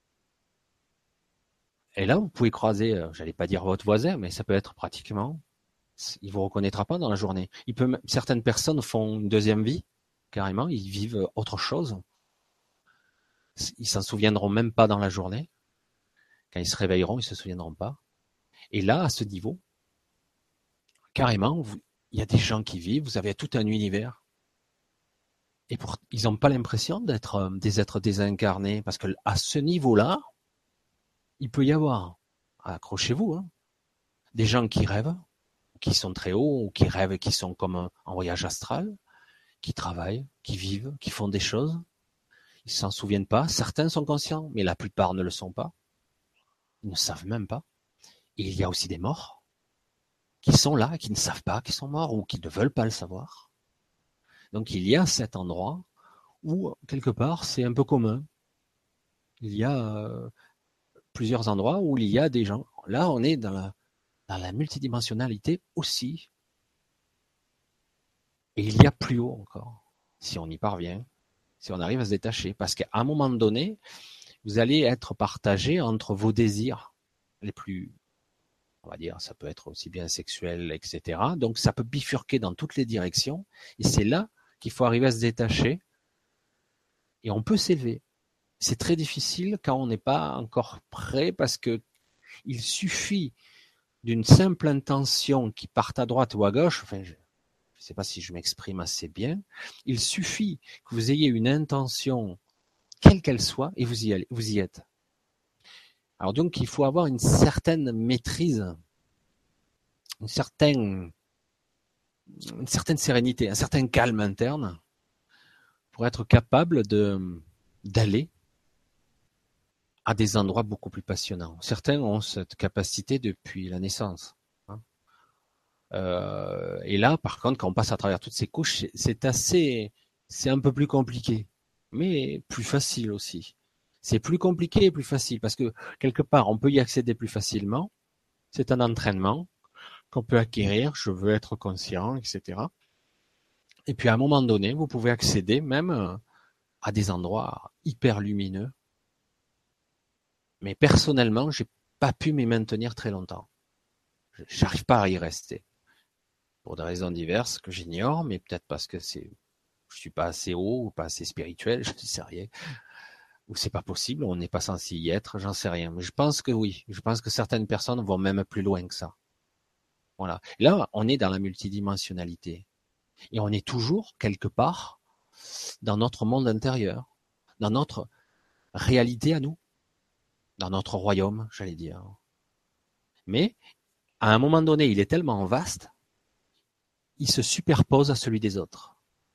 Et là, vous pouvez croiser, j'allais pas dire votre voisin, mais ça peut être pratiquement, il vous reconnaîtra pas dans la journée. Il peut, certaines personnes font une deuxième vie, carrément, ils vivent autre chose. Ils s'en souviendront même pas dans la journée. Quand ils se réveilleront, ils se souviendront pas. Et là, à ce niveau, carrément, vous, il y a des gens qui vivent, vous avez tout un univers. Et pour, ils n'ont pas l'impression d'être euh, des êtres désincarnés, parce que à ce niveau-là, il peut y avoir, accrochez-vous, hein, des gens qui rêvent, qui sont très hauts, ou qui rêvent, qui sont comme en voyage astral, qui travaillent, qui vivent, qui font des choses. Ils s'en souviennent pas. Certains sont conscients, mais la plupart ne le sont pas. Ils ne savent même pas. Et il y a aussi des morts qui sont là, qui ne savent pas qu'ils sont morts ou qui ne veulent pas le savoir. Donc il y a cet endroit où, quelque part, c'est un peu commun. Il y a euh, plusieurs endroits où il y a des gens. Là, on est dans la, dans la multidimensionnalité aussi. Et il y a plus haut encore, si on y parvient, si on arrive à se détacher. Parce qu'à un moment donné, vous allez être partagé entre vos désirs les plus, on va dire, ça peut être aussi bien sexuel, et cetera. Donc ça peut bifurquer dans toutes les directions. Et c'est là qu'il faut arriver à se détacher. Et on peut s'élever. C'est très difficile quand on n'est pas encore prêt parce que il suffit d'une simple intention qui parte à droite ou à gauche. Enfin, je ne sais pas si je m'exprime assez bien. Il suffit que vous ayez une intention, quelle qu'elle soit, et vous y allez, vous y êtes. Alors donc, il faut avoir une certaine maîtrise, une certaine, une certaine sérénité, un certain calme interne pour être capable de, d'aller à des endroits beaucoup plus passionnants. Certains ont cette capacité depuis la naissance. Hein. Euh, et là, par contre, quand on passe à travers toutes ces couches, c'est assez, c'est un peu plus compliqué, mais plus facile aussi. C'est plus compliqué et plus facile parce que quelque part, on peut y accéder plus facilement. C'est un entraînement qu'on peut acquérir. Je veux être conscient, et cetera. Et puis à un moment donné, vous pouvez accéder même à des endroits hyper lumineux. Mais personnellement, j'ai pas pu m'y maintenir très longtemps. J'arrive pas à y rester. Pour des raisons diverses que j'ignore, mais peut-être parce que c'est, je suis pas assez haut ou pas assez spirituel, je ne sais rien. Ou c'est pas possible, on n'est pas censé y être, j'en sais rien. Mais je pense que oui. Je pense que certaines personnes vont même plus loin que ça. Voilà. Là, on est dans la multidimensionnalité. Et on est toujours, quelque part, dans notre monde intérieur, dans notre réalité à nous, dans notre royaume, j'allais dire. Mais, à un moment donné, il est tellement vaste, il se superpose à celui des autres.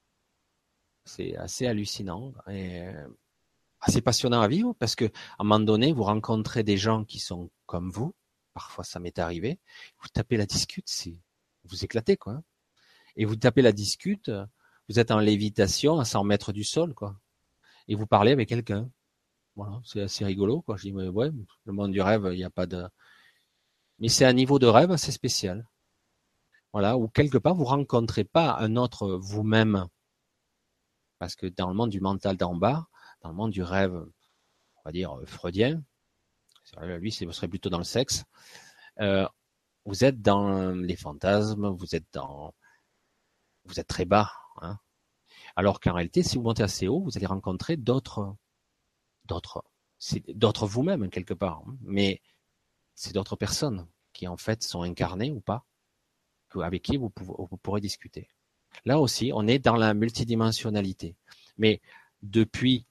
C'est assez hallucinant et assez passionnant à vivre parce que, à un moment donné, vous rencontrez des gens qui sont comme vous. Parfois, ça m'est arrivé. Vous tapez la discute, c'est, vous éclatez, quoi. Et vous tapez la discute, vous êtes en lévitation à cent mètres du sol, quoi. Et vous parlez avec quelqu'un. Voilà, c'est assez rigolo, quoi. Je dis, mais ouais, le monde du rêve, il n'y a pas de, mais c'est un niveau de rêve assez spécial. Voilà, où quelque part, vous rencontrez pas un autre vous-même. Parce que dans le monde du mental d'en bas, dans le monde du rêve, on va dire freudien, lui, ce serait plutôt dans le sexe, euh, vous êtes dans les fantasmes, vous êtes dans, vous êtes très bas, hein. Alors qu'en réalité, si vous montez assez haut, vous allez rencontrer d'autres, d'autres c'est d'autres vous-même quelque part, hein, mais c'est d'autres personnes qui en fait sont incarnées ou pas, avec qui vous, pouvez, vous pourrez discuter. Là aussi, on est dans la multidimensionnalité. Mais depuis,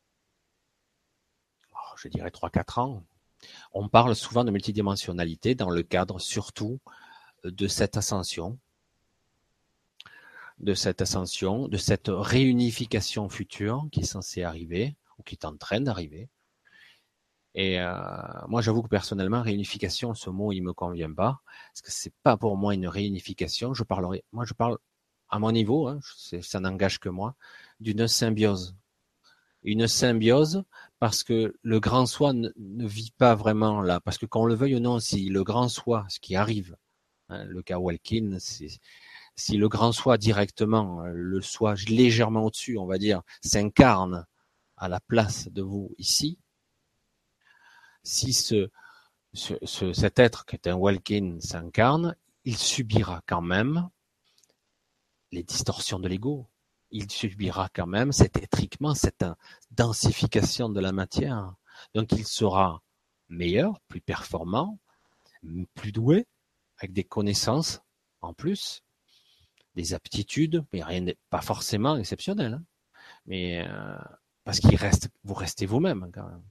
oh, je dirais trois quatre ans, on parle souvent de multidimensionnalité dans le cadre surtout de cette ascension, de cette ascension, de cette réunification future qui est censée arriver, ou qui est en train d'arriver. Et euh, moi, j'avoue que personnellement, réunification, ce mot, il me convient pas, parce que c'est pas pour moi une réunification. Je parlerai, moi, je parle à mon niveau, hein, ça n'engage que moi, d'une symbiose. Une symbiose, parce que le grand soi ne, ne vit pas vraiment là, parce que qu'on le veuille ou non, si le grand soi, ce qui arrive, hein, le cas Walkin, c'est si le grand soi directement, le soi légèrement au-dessus, on va dire, s'incarne à la place de vous ici, si ce, ce, ce cet être qui est un Walkin s'incarne, il subira quand même les distorsions de l'ego. Il subira quand même cet étriquement, cette densification de la matière. Donc il sera meilleur, plus performant, plus doué, avec des connaissances en plus, des aptitudes, mais rien n'est pas forcément exceptionnel, hein, mais euh, parce qu'il reste, vous restez vous-même quand même.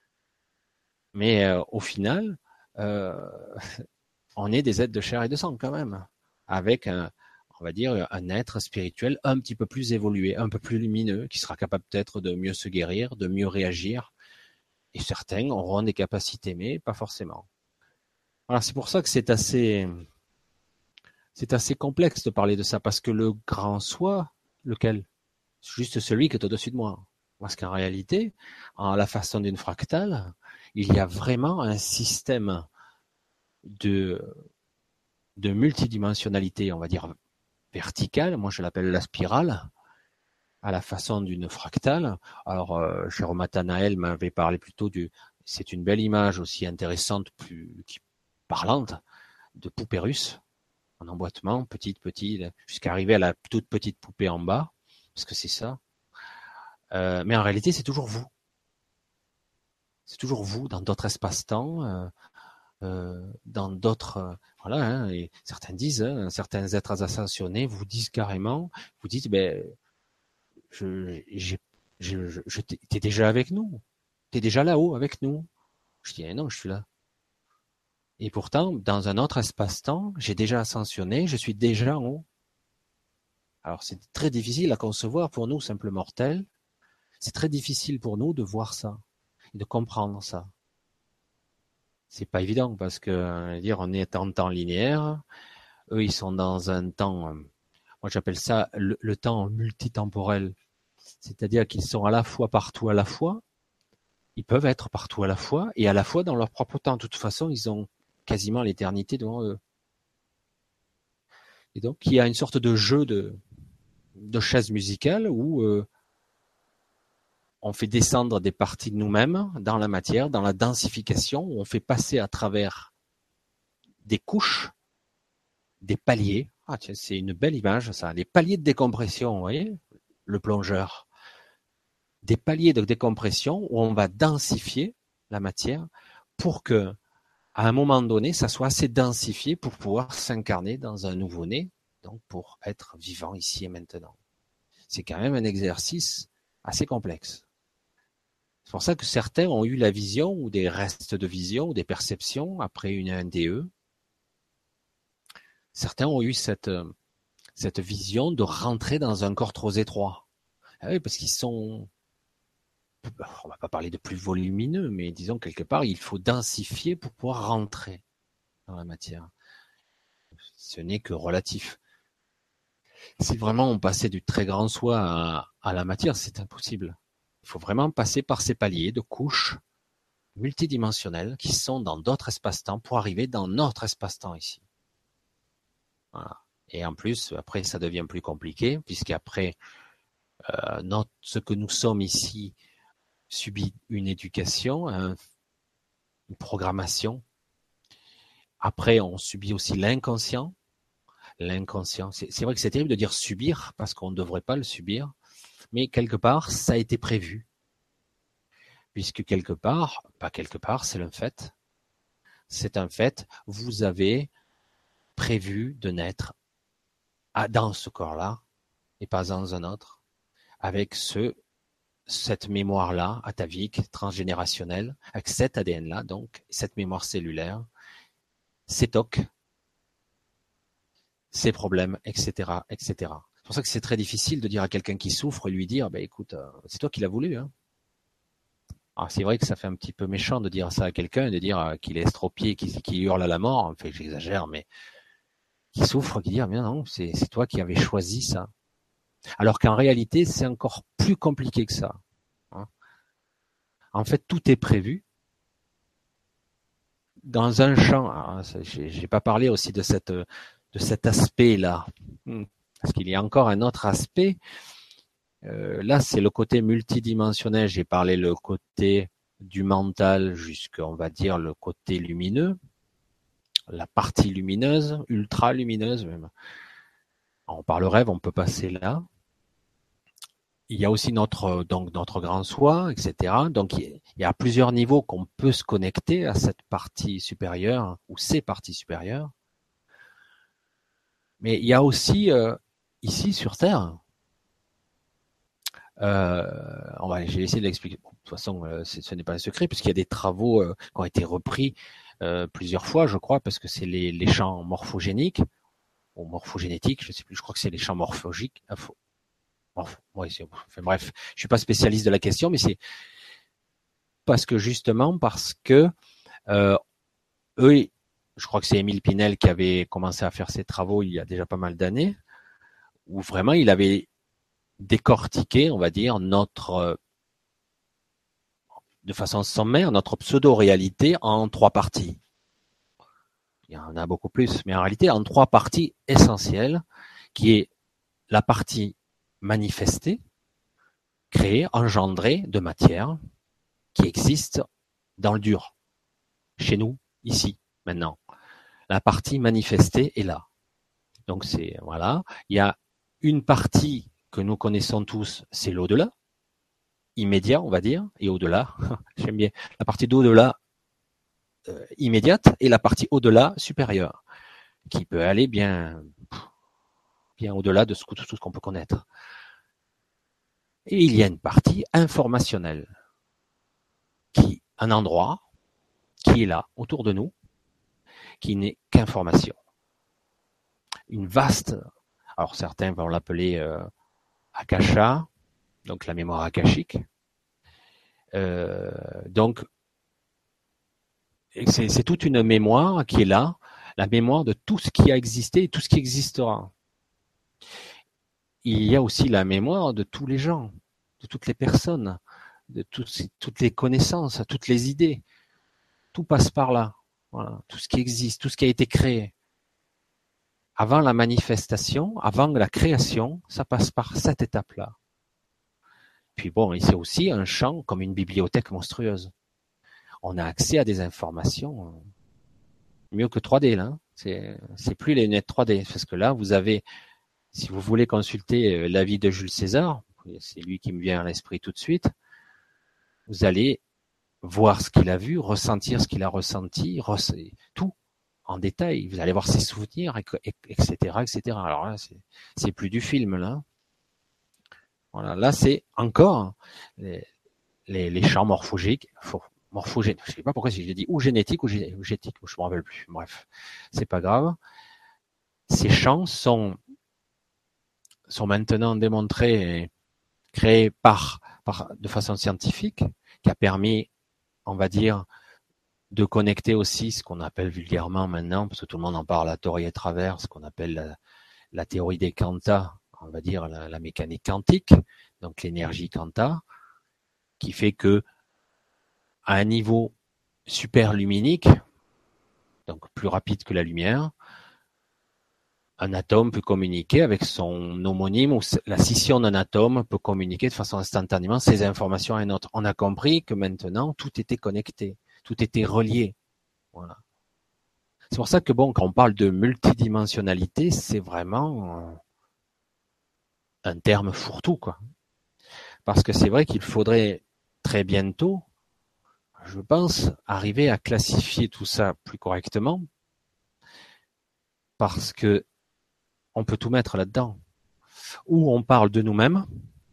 Mais euh, au final, euh, on est des êtres de chair et de sang quand même, avec un, on va dire, un être spirituel un petit peu plus évolué, un peu plus lumineux, qui sera capable peut-être de mieux se guérir, de mieux réagir. Et certains auront des capacités, mais pas forcément. Voilà, c'est pour ça que c'est assez, c'est assez complexe de parler de ça, parce que le grand soi, lequel? Juste celui qui est au-dessus de moi. Parce qu'en réalité, en la façon d'une fractale, il y a vraiment un système de, de multidimensionnalité, on va dire verticale, moi je l'appelle la spirale, à la façon d'une fractale. Alors, euh, cher Matanael m'avait parlé plutôt du, c'est une belle image aussi intéressante, plus qui, parlante, de poupée russe, en emboîtement, petite, petite, jusqu'à arriver à la toute petite poupée en bas, parce que c'est ça. Euh, mais en réalité, c'est toujours vous. C'est toujours vous, dans d'autres espaces-temps, euh, euh, dans d'autres... Euh, voilà, hein, et certains disent, hein, certains êtres ascensionnés vous disent carrément, vous dites, ben, je, j'ai, je, je, je t'es, t'es déjà avec nous. T'es déjà là-haut avec nous. Je dis, eh non, je suis là. Et pourtant, dans un autre espace-temps, j'ai déjà ascensionné, je suis déjà en haut. Alors, c'est très difficile à concevoir pour nous, simples mortels. C'est très difficile pour nous de voir ça et de comprendre ça. C'est pas évident parce que, dire, on est en temps linéaire. Eux, ils sont dans un temps, moi j'appelle ça le, le temps multitemporel. C'est-à-dire qu'ils sont à la fois partout à la fois. Ils peuvent être partout à la fois et à la fois dans leur propre temps. De toute façon, ils ont quasiment l'éternité devant eux. Et donc, il y a une sorte de jeu de, de chaise musicale où euh, on fait descendre des parties de nous-mêmes dans la matière, dans la densification, où on fait passer à travers des couches, des paliers. Ah tiens, c'est une belle image ça, les paliers de décompression, vous voyez, le plongeur. Des paliers de décompression où on va densifier la matière pour que, à un moment donné, ça soit assez densifié pour pouvoir s'incarner dans un nouveau-né, donc pour être vivant ici et maintenant. C'est quand même un exercice assez complexe. C'est pour ça que certains ont eu la vision ou des restes de vision ou des perceptions après une N D E. Certains ont eu cette, cette vision de rentrer dans un corps trop étroit. Ah oui, parce qu'ils sont, on va pas parler de plus volumineux, mais disons quelque part, il faut densifier pour pouvoir rentrer dans la matière. Ce n'est que relatif. Si vraiment on passait du très grand soi à, à la matière, c'est impossible. Il faut vraiment passer par ces paliers de couches multidimensionnelles qui sont dans d'autres espaces-temps pour arriver dans notre espace-temps ici. Voilà. Et en plus, après, ça devient plus compliqué, puisqu'après, euh, notre, ce que nous sommes ici subit une éducation, un, une programmation. Après, on subit aussi l'inconscient. L'inconscient, c'est, c'est vrai que c'est terrible de dire subir, parce qu'on ne devrait pas le subir, mais quelque part, ça a été prévu. puisque quelque part, pas quelque part, c'est un fait, c'est un fait, vous avez prévu de naître à, dans ce corps-là, et pas dans un autre, avec ce, cette mémoire-là, atavique, transgénérationnelle, avec cet A D N-là, donc, cette mémoire cellulaire, ces tocs, ces problèmes, et cetera, et cetera. C'est pour ça que c'est très difficile de dire à quelqu'un qui souffre, lui dire, ben écoute, euh, c'est toi qui l'as voulu, hein. Alors c'est vrai que ça fait un petit peu méchant de dire ça à quelqu'un, de dire euh, qu'il est estropié, qu'il qu'il hurle à la mort, en fait j'exagère, mais qui souffre, qui dit, ah, mais non, c'est c'est toi qui avais choisi ça. Alors qu'en réalité, c'est encore plus compliqué que ça, hein. En fait, tout est prévu dans un champ. Alors, j'ai, j'ai pas parlé aussi de cette de cet aspect-là, parce qu'il y a encore un autre aspect. Euh, là, c'est le côté multidimensionnel. J'ai parlé le côté du mental jusqu'à, on va dire, le côté lumineux, la partie lumineuse, ultra lumineuse même. On parle rêve, on peut passer là. Il y a aussi notre donc notre grand soi, et cetera. Donc il y a plusieurs niveaux qu'on peut se connecter à cette partie supérieure ou ces parties supérieures. Mais il y a aussi euh, ici sur Terre, euh, on va, je vais essayer de l'expliquer. Bon, de toute façon, euh, ce n'est pas un secret puisqu'il y a des travaux euh, qui ont été repris euh, plusieurs fois, je crois, parce que c'est les, les champs morphogéniques ou morphogénétiques, je sais plus. Je crois que c'est les champs morphologiques. Morph, ouais, c'est, enfin, bref, je suis pas spécialiste de la question, mais c'est parce que justement parce que euh, eux, je crois que c'est Émile Pinel qui avait commencé à faire ses travaux il y a déjà pas mal d'années, où vraiment il avait décortiqué, on va dire, notre, de façon sommaire, notre pseudo-réalité en trois parties. Il y en a beaucoup plus, mais en réalité en trois parties essentielles, qui est la partie manifestée, créée, engendrée de matière, qui existe dans le dur, chez nous, ici, maintenant. La partie manifestée est là. Donc c'est, voilà, il y a une partie que nous connaissons tous, c'est l'au-delà, immédiat, on va dire, et au-delà, j'aime bien, la partie d'au-delà euh, immédiate et la partie au-delà supérieure, qui peut aller bien, bien au-delà de ce, tout ce qu'on peut connaître. Et il y a une partie informationnelle, qui, un endroit, qui est là, autour de nous, qui n'est qu'information. Une vaste, alors certains vont l'appeler euh, akasha, donc la mémoire akashique. Euh, donc c'est, c'est toute une mémoire qui est là, la mémoire de tout ce qui a existé et tout ce qui existera. Il y a aussi la mémoire de tous les gens, de toutes les personnes, de toutes, toutes les connaissances, toutes les idées. Tout passe par là. Voilà, tout ce qui existe, tout ce qui a été créé. Avant la manifestation, avant la création, ça passe par cette étape-là. Puis bon, c'est aussi un champ comme une bibliothèque monstrueuse. On a accès à des informations mieux que trois D là. C'est, c'est plus les lunettes trois D parce que là, vous avez, si vous voulez consulter l'avis de Jules César, c'est lui qui me vient à l'esprit tout de suite. Vous allez voir ce qu'il a vu, ressentir ce qu'il a ressenti, tout en détail. Vous allez voir ses souvenirs, et cetera, et cetera. Alors là, c'est, c'est plus du film là. Voilà, là c'est encore les, les, les champs morphologiques, morphogéniques. Je sais pas pourquoi si j'ai dit ou génétique ou génétique, je me rappelle plus. Bref, c'est pas grave. Ces champs sont sont maintenant démontrés et créés par par de façon scientifique, qui a permis, on va dire, de connecter aussi ce qu'on appelle vulgairement maintenant, parce que tout le monde en parle à tort et à travers, ce qu'on appelle la, la théorie des quantas, on va dire la, la mécanique quantique, donc l'énergie quanta, qui fait que à un niveau super luminique, donc plus rapide que la lumière, un atome peut communiquer avec son homonyme, ou la scission d'un atome peut communiquer de façon instantanément ces informations à un autre. On a compris que maintenant, tout était connecté, tout était relié. Voilà. C'est pour ça que bon, quand on parle de multidimensionnalité, c'est vraiment un terme fourre-tout, quoi. Parce que c'est vrai qu'il faudrait très bientôt, je pense, arriver à classifier tout ça plus correctement, parce que on peut tout mettre là-dedans. Où on parle de nous-mêmes,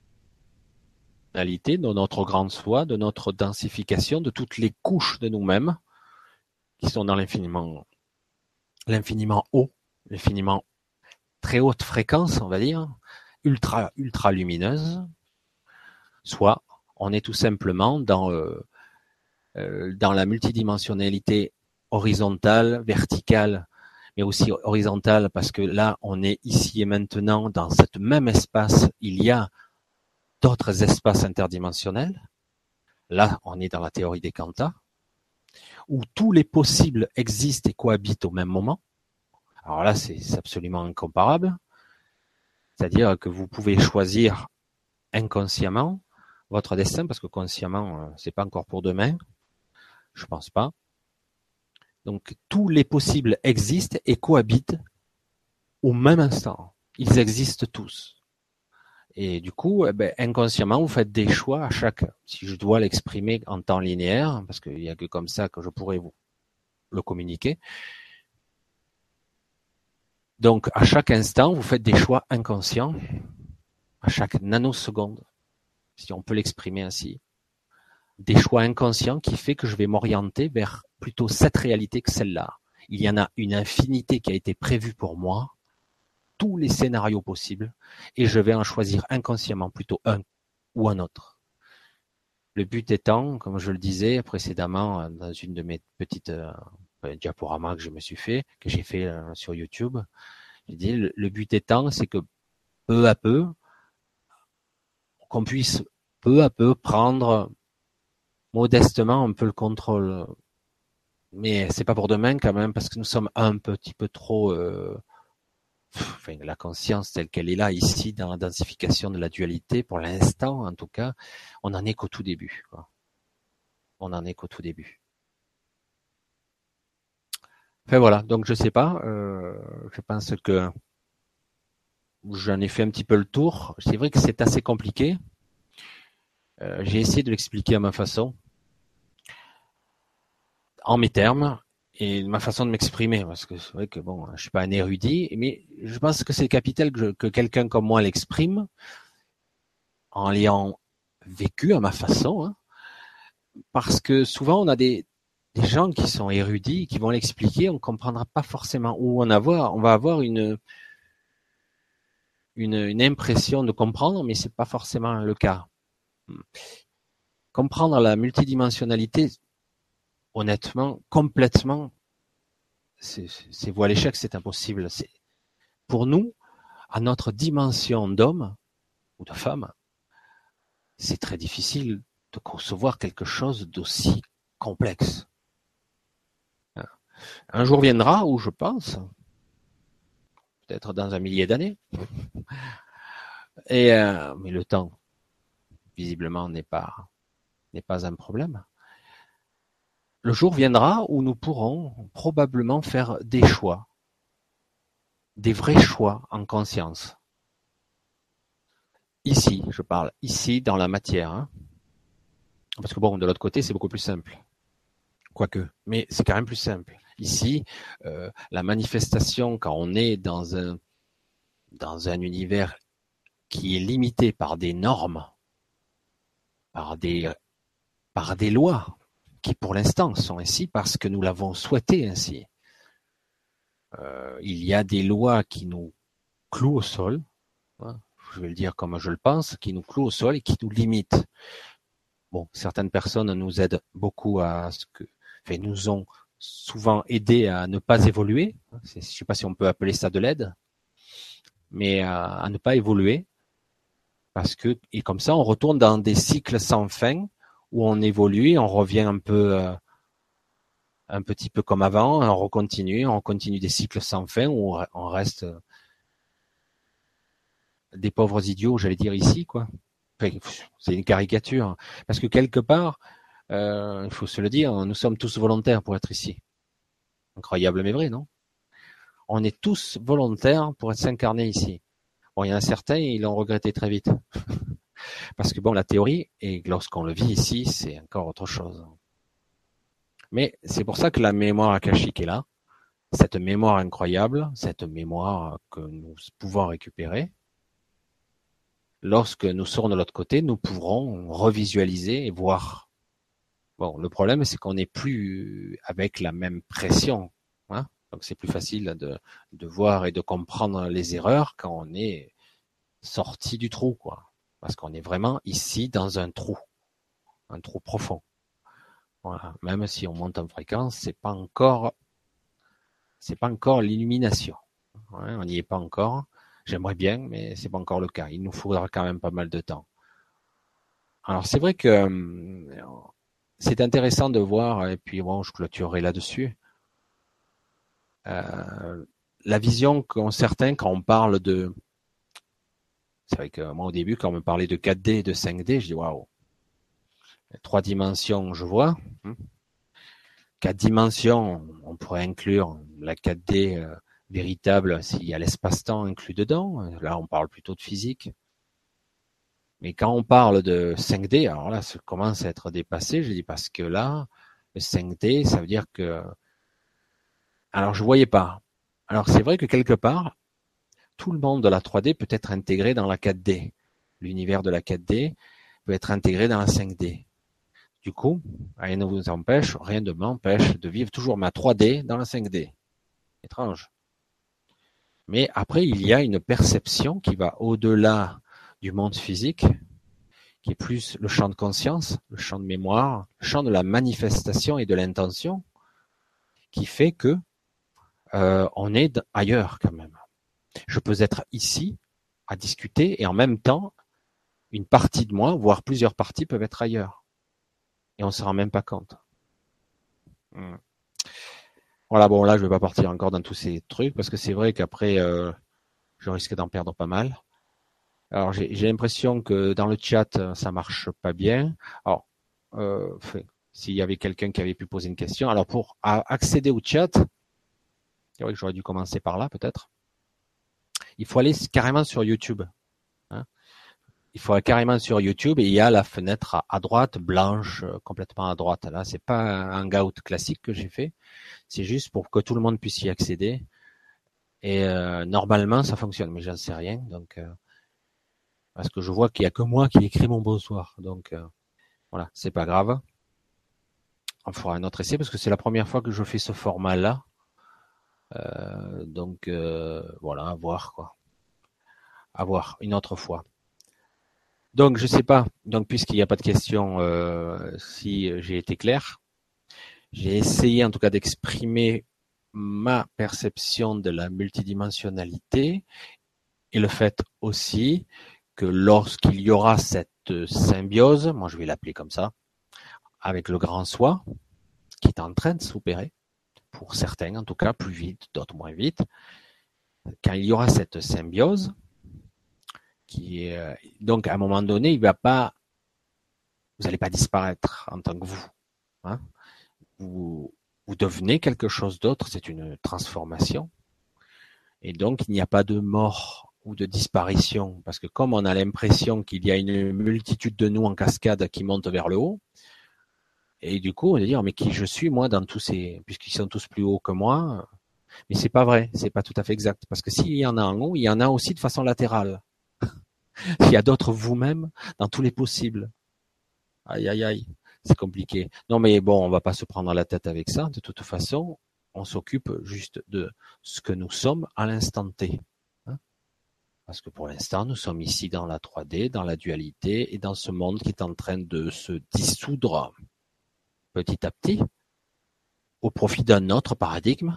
de notre grande soi, de notre densification, de toutes les couches de nous-mêmes qui sont dans l'infiniment, l'infiniment haut, l'infiniment très haute fréquence, on va dire, ultra, ultra lumineuse. Soit on est tout simplement dans, euh, euh, dans la multidimensionnalité horizontale, verticale, mais aussi horizontale, parce que là, on est ici et maintenant dans cet même espace, il y a d'autres espaces interdimensionnels. Là, on est dans la théorie des quantas, où tous les possibles existent et cohabitent au même moment. Alors là, c'est absolument incomparable. C'est-à-dire que vous pouvez choisir inconsciemment votre destin, parce que consciemment, c'est pas encore pour demain. Je pense pas. Donc, tous les possibles existent et cohabitent au même instant. Ils existent tous. Et du coup, eh ben, inconsciemment, vous faites des choix à chaque, si je dois l'exprimer en temps linéaire, parce qu'il n'y a que comme ça que je pourrais vous le communiquer. Donc, à chaque instant, vous faites des choix inconscients, à chaque nanoseconde, si on peut l'exprimer ainsi. Des choix inconscients qui fait que je vais m'orienter vers plutôt cette réalité que celle-là. Il y en a une infinité qui a été prévue pour moi, tous les scénarios possibles, et je vais en choisir inconsciemment plutôt un ou un autre. Le but étant, comme je le disais précédemment dans une de mes petites euh, diaporamas que je me suis fait, que j'ai fait euh, sur YouTube, j'ai dit le, le but étant, c'est que peu à peu, qu'on puisse peu à peu prendre modestement un peu le contrôle. Mais c'est pas pour demain quand même, parce que nous sommes un petit peu trop... Euh, enfin, la conscience telle qu'elle est là, ici, dans la densification de la dualité, pour l'instant, en tout cas, on n'en est qu'au tout début. Quoi. On n'en est qu'au tout début. Enfin voilà, donc je sais pas, euh, je pense que j'en ai fait un petit peu le tour. C'est vrai que c'est assez compliqué. Euh, j'ai essayé de l'expliquer à ma façon, en mes termes, et ma façon de m'exprimer, parce que c'est vrai que bon, je suis pas un érudit, mais je pense que c'est capital que, je, que quelqu'un comme moi l'exprime, en l'ayant vécu à ma façon, hein, parce que souvent on a des, des gens qui sont érudits, qui vont l'expliquer, on comprendra pas forcément où on avoir, on va avoir une, une, une impression de comprendre, mais c'est pas forcément le cas. Comprendre la multidimensionnalité, honnêtement, complètement, c'est, c'est voie à l'échec, c'est impossible. C'est, pour nous, à notre dimension d'homme ou de femme, c'est très difficile de concevoir quelque chose d'aussi complexe. Un jour viendra où je pense, peut-être dans un millier d'années, et euh, mais le temps, visiblement, n'est pas n'est pas un problème. Le jour viendra où nous pourrons probablement faire des choix, des vrais choix en conscience. Ici, je parle ici dans la matière, hein. Parce que bon, de l'autre côté, c'est beaucoup plus simple. Quoique, mais c'est quand même plus simple. Ici, euh, la manifestation, quand on est dans un dans un univers qui est limité par des normes, par des par des lois, qui pour l'instant sont ainsi parce que nous l'avons souhaité ainsi. Euh, il y a des lois qui nous clouent au sol, hein, je vais le dire comme je le pense, qui nous clouent au sol et qui nous limitent. Bon, certaines personnes nous aident beaucoup à ce que, enfin, nous ont souvent aidé à ne pas évoluer. Je ne sais pas si on peut appeler ça de l'aide, mais à, à ne pas évoluer, parce que et comme ça, on retourne dans des cycles sans fin où on évolue, on revient un peu, euh, un petit peu comme avant, on recontinue, on continue des cycles sans fin où on reste des pauvres idiots, j'allais dire ici, quoi. Enfin, c'est une caricature, parce que quelque part, euh, il faut se le dire, nous sommes tous volontaires pour être ici. Incroyable mais vrai, non? On est tous volontaires pour être s'incarner ici. Bon, il y en a certains, ils l'ont regretté très vite. Parce que bon, la théorie, et lorsqu'on le vit ici, c'est encore autre chose. Mais c'est pour ça que la mémoire akashique est là, cette mémoire incroyable, cette mémoire que nous pouvons récupérer. Lorsque nous serons de l'autre côté, nous pourrons revisualiser et voir. Bon, le problème, c'est qu'on n'est plus avec la même pression, hein. Donc c'est plus facile de, de voir et de comprendre les erreurs quand on est sorti du trou, quoi. Parce qu'on est vraiment ici dans un trou, un trou profond. Voilà. Même si on monte en fréquence, c'est pas encore, c'est pas encore l'illumination. Ouais, on n'y est pas encore. J'aimerais bien, mais c'est pas encore le cas. Il nous faudra quand même pas mal de temps. Alors c'est vrai que euh, c'est intéressant de voir, et puis bon, je clôturerai là-dessus, euh, la vision qu'ont certains quand on parle de... C'est vrai que moi au début, quand on me parlait de quatre D et de cinq D, je dis waouh, trois dimensions, je vois. Quatre dimensions, on pourrait inclure la quatre D euh, véritable s'il y a l'espace-temps inclus dedans. Là, on parle plutôt de physique. Mais quand on parle de cinq D, alors là, ça commence à être dépassé. Je dis parce que là, le cinq D, ça veut dire que... Alors, je voyais pas. Alors, c'est vrai que quelque part, tout le monde de la trois D peut être intégré dans la quatre D. L'univers de la quatre D peut être intégré dans la cinq D. Du coup, rien ne vous empêche, rien ne m'empêche de vivre toujours ma trois D dans la cinq D. Étrange. Mais après, il y a une perception qui va au-delà du monde physique, qui est plus le champ de conscience, le champ de mémoire, le champ de la manifestation et de l'intention, qui fait que euh, on est ailleurs quand même. Je peux être ici à discuter et en même temps, une partie de moi, voire plusieurs parties, peuvent être ailleurs. Et on ne se rend même pas compte. Hmm. Voilà, bon là, je ne vais pas partir encore dans tous ces trucs, parce que c'est vrai qu'après, euh, je risque d'en perdre pas mal. Alors, j'ai, j'ai l'impression que dans le chat, ça marche pas bien. Alors, euh, fait, s'il y avait quelqu'un qui avait pu poser une question. Alors, pour accéder au chat, c'est vrai que j'aurais dû commencer par là, peut-être. Il faut aller carrément sur YouTube. Hein. Il faut aller carrément sur YouTube et il y a la fenêtre à, à droite, blanche, complètement à droite. Là, c'est pas un hangout classique que j'ai fait. C'est juste pour que tout le monde puisse y accéder. Et euh, normalement, ça fonctionne, mais j'en sais rien. Donc, euh, parce que je vois qu'il y a que moi qui écris mon bonsoir. Donc, euh, voilà, c'est pas grave. On fera un autre essai parce que c'est la première fois que je fais ce format-là. Euh, donc, euh, voilà, à voir quoi. À voir une autre fois. Donc, je sais pas. Donc, puisqu'il n'y a pas de question, euh, si j'ai été clair, j'ai essayé en tout cas d'exprimer ma perception de la multidimensionnalité et le fait aussi que lorsqu'il y aura cette symbiose, moi je vais l'appeler comme ça, avec le grand soi, qui est en train de s'opérer, pour certains en tout cas, plus vite, d'autres moins vite, quand il y aura cette symbiose, qui est, euh, donc à un moment donné, il va pas, vous n'allez pas disparaître en tant que vous, hein, vous, vous devenez quelque chose d'autre, c'est une transformation, et donc il n'y a pas de mort ou de disparition, parce que comme on a l'impression qu'il y a une multitude de nous en cascade qui montent vers le haut, et du coup on va dire mais qui je suis moi dans tous ces, puisqu'ils sont tous plus hauts que moi, mais c'est pas vrai, c'est pas tout à fait exact, parce que s'il y en a en haut, il y en a aussi de façon latérale. Il y a d'autres vous-même dans tous les possibles. Aïe aïe aïe, c'est compliqué. Non mais bon, on va pas se prendre la tête avec ça. De toute façon, on s'occupe juste de ce que nous sommes à l'instant T. Hein. Parce que pour l'instant, nous sommes ici dans la trois D, dans la dualité et dans ce monde qui est en train de se dissoudre petit à petit au profit d'un autre paradigme,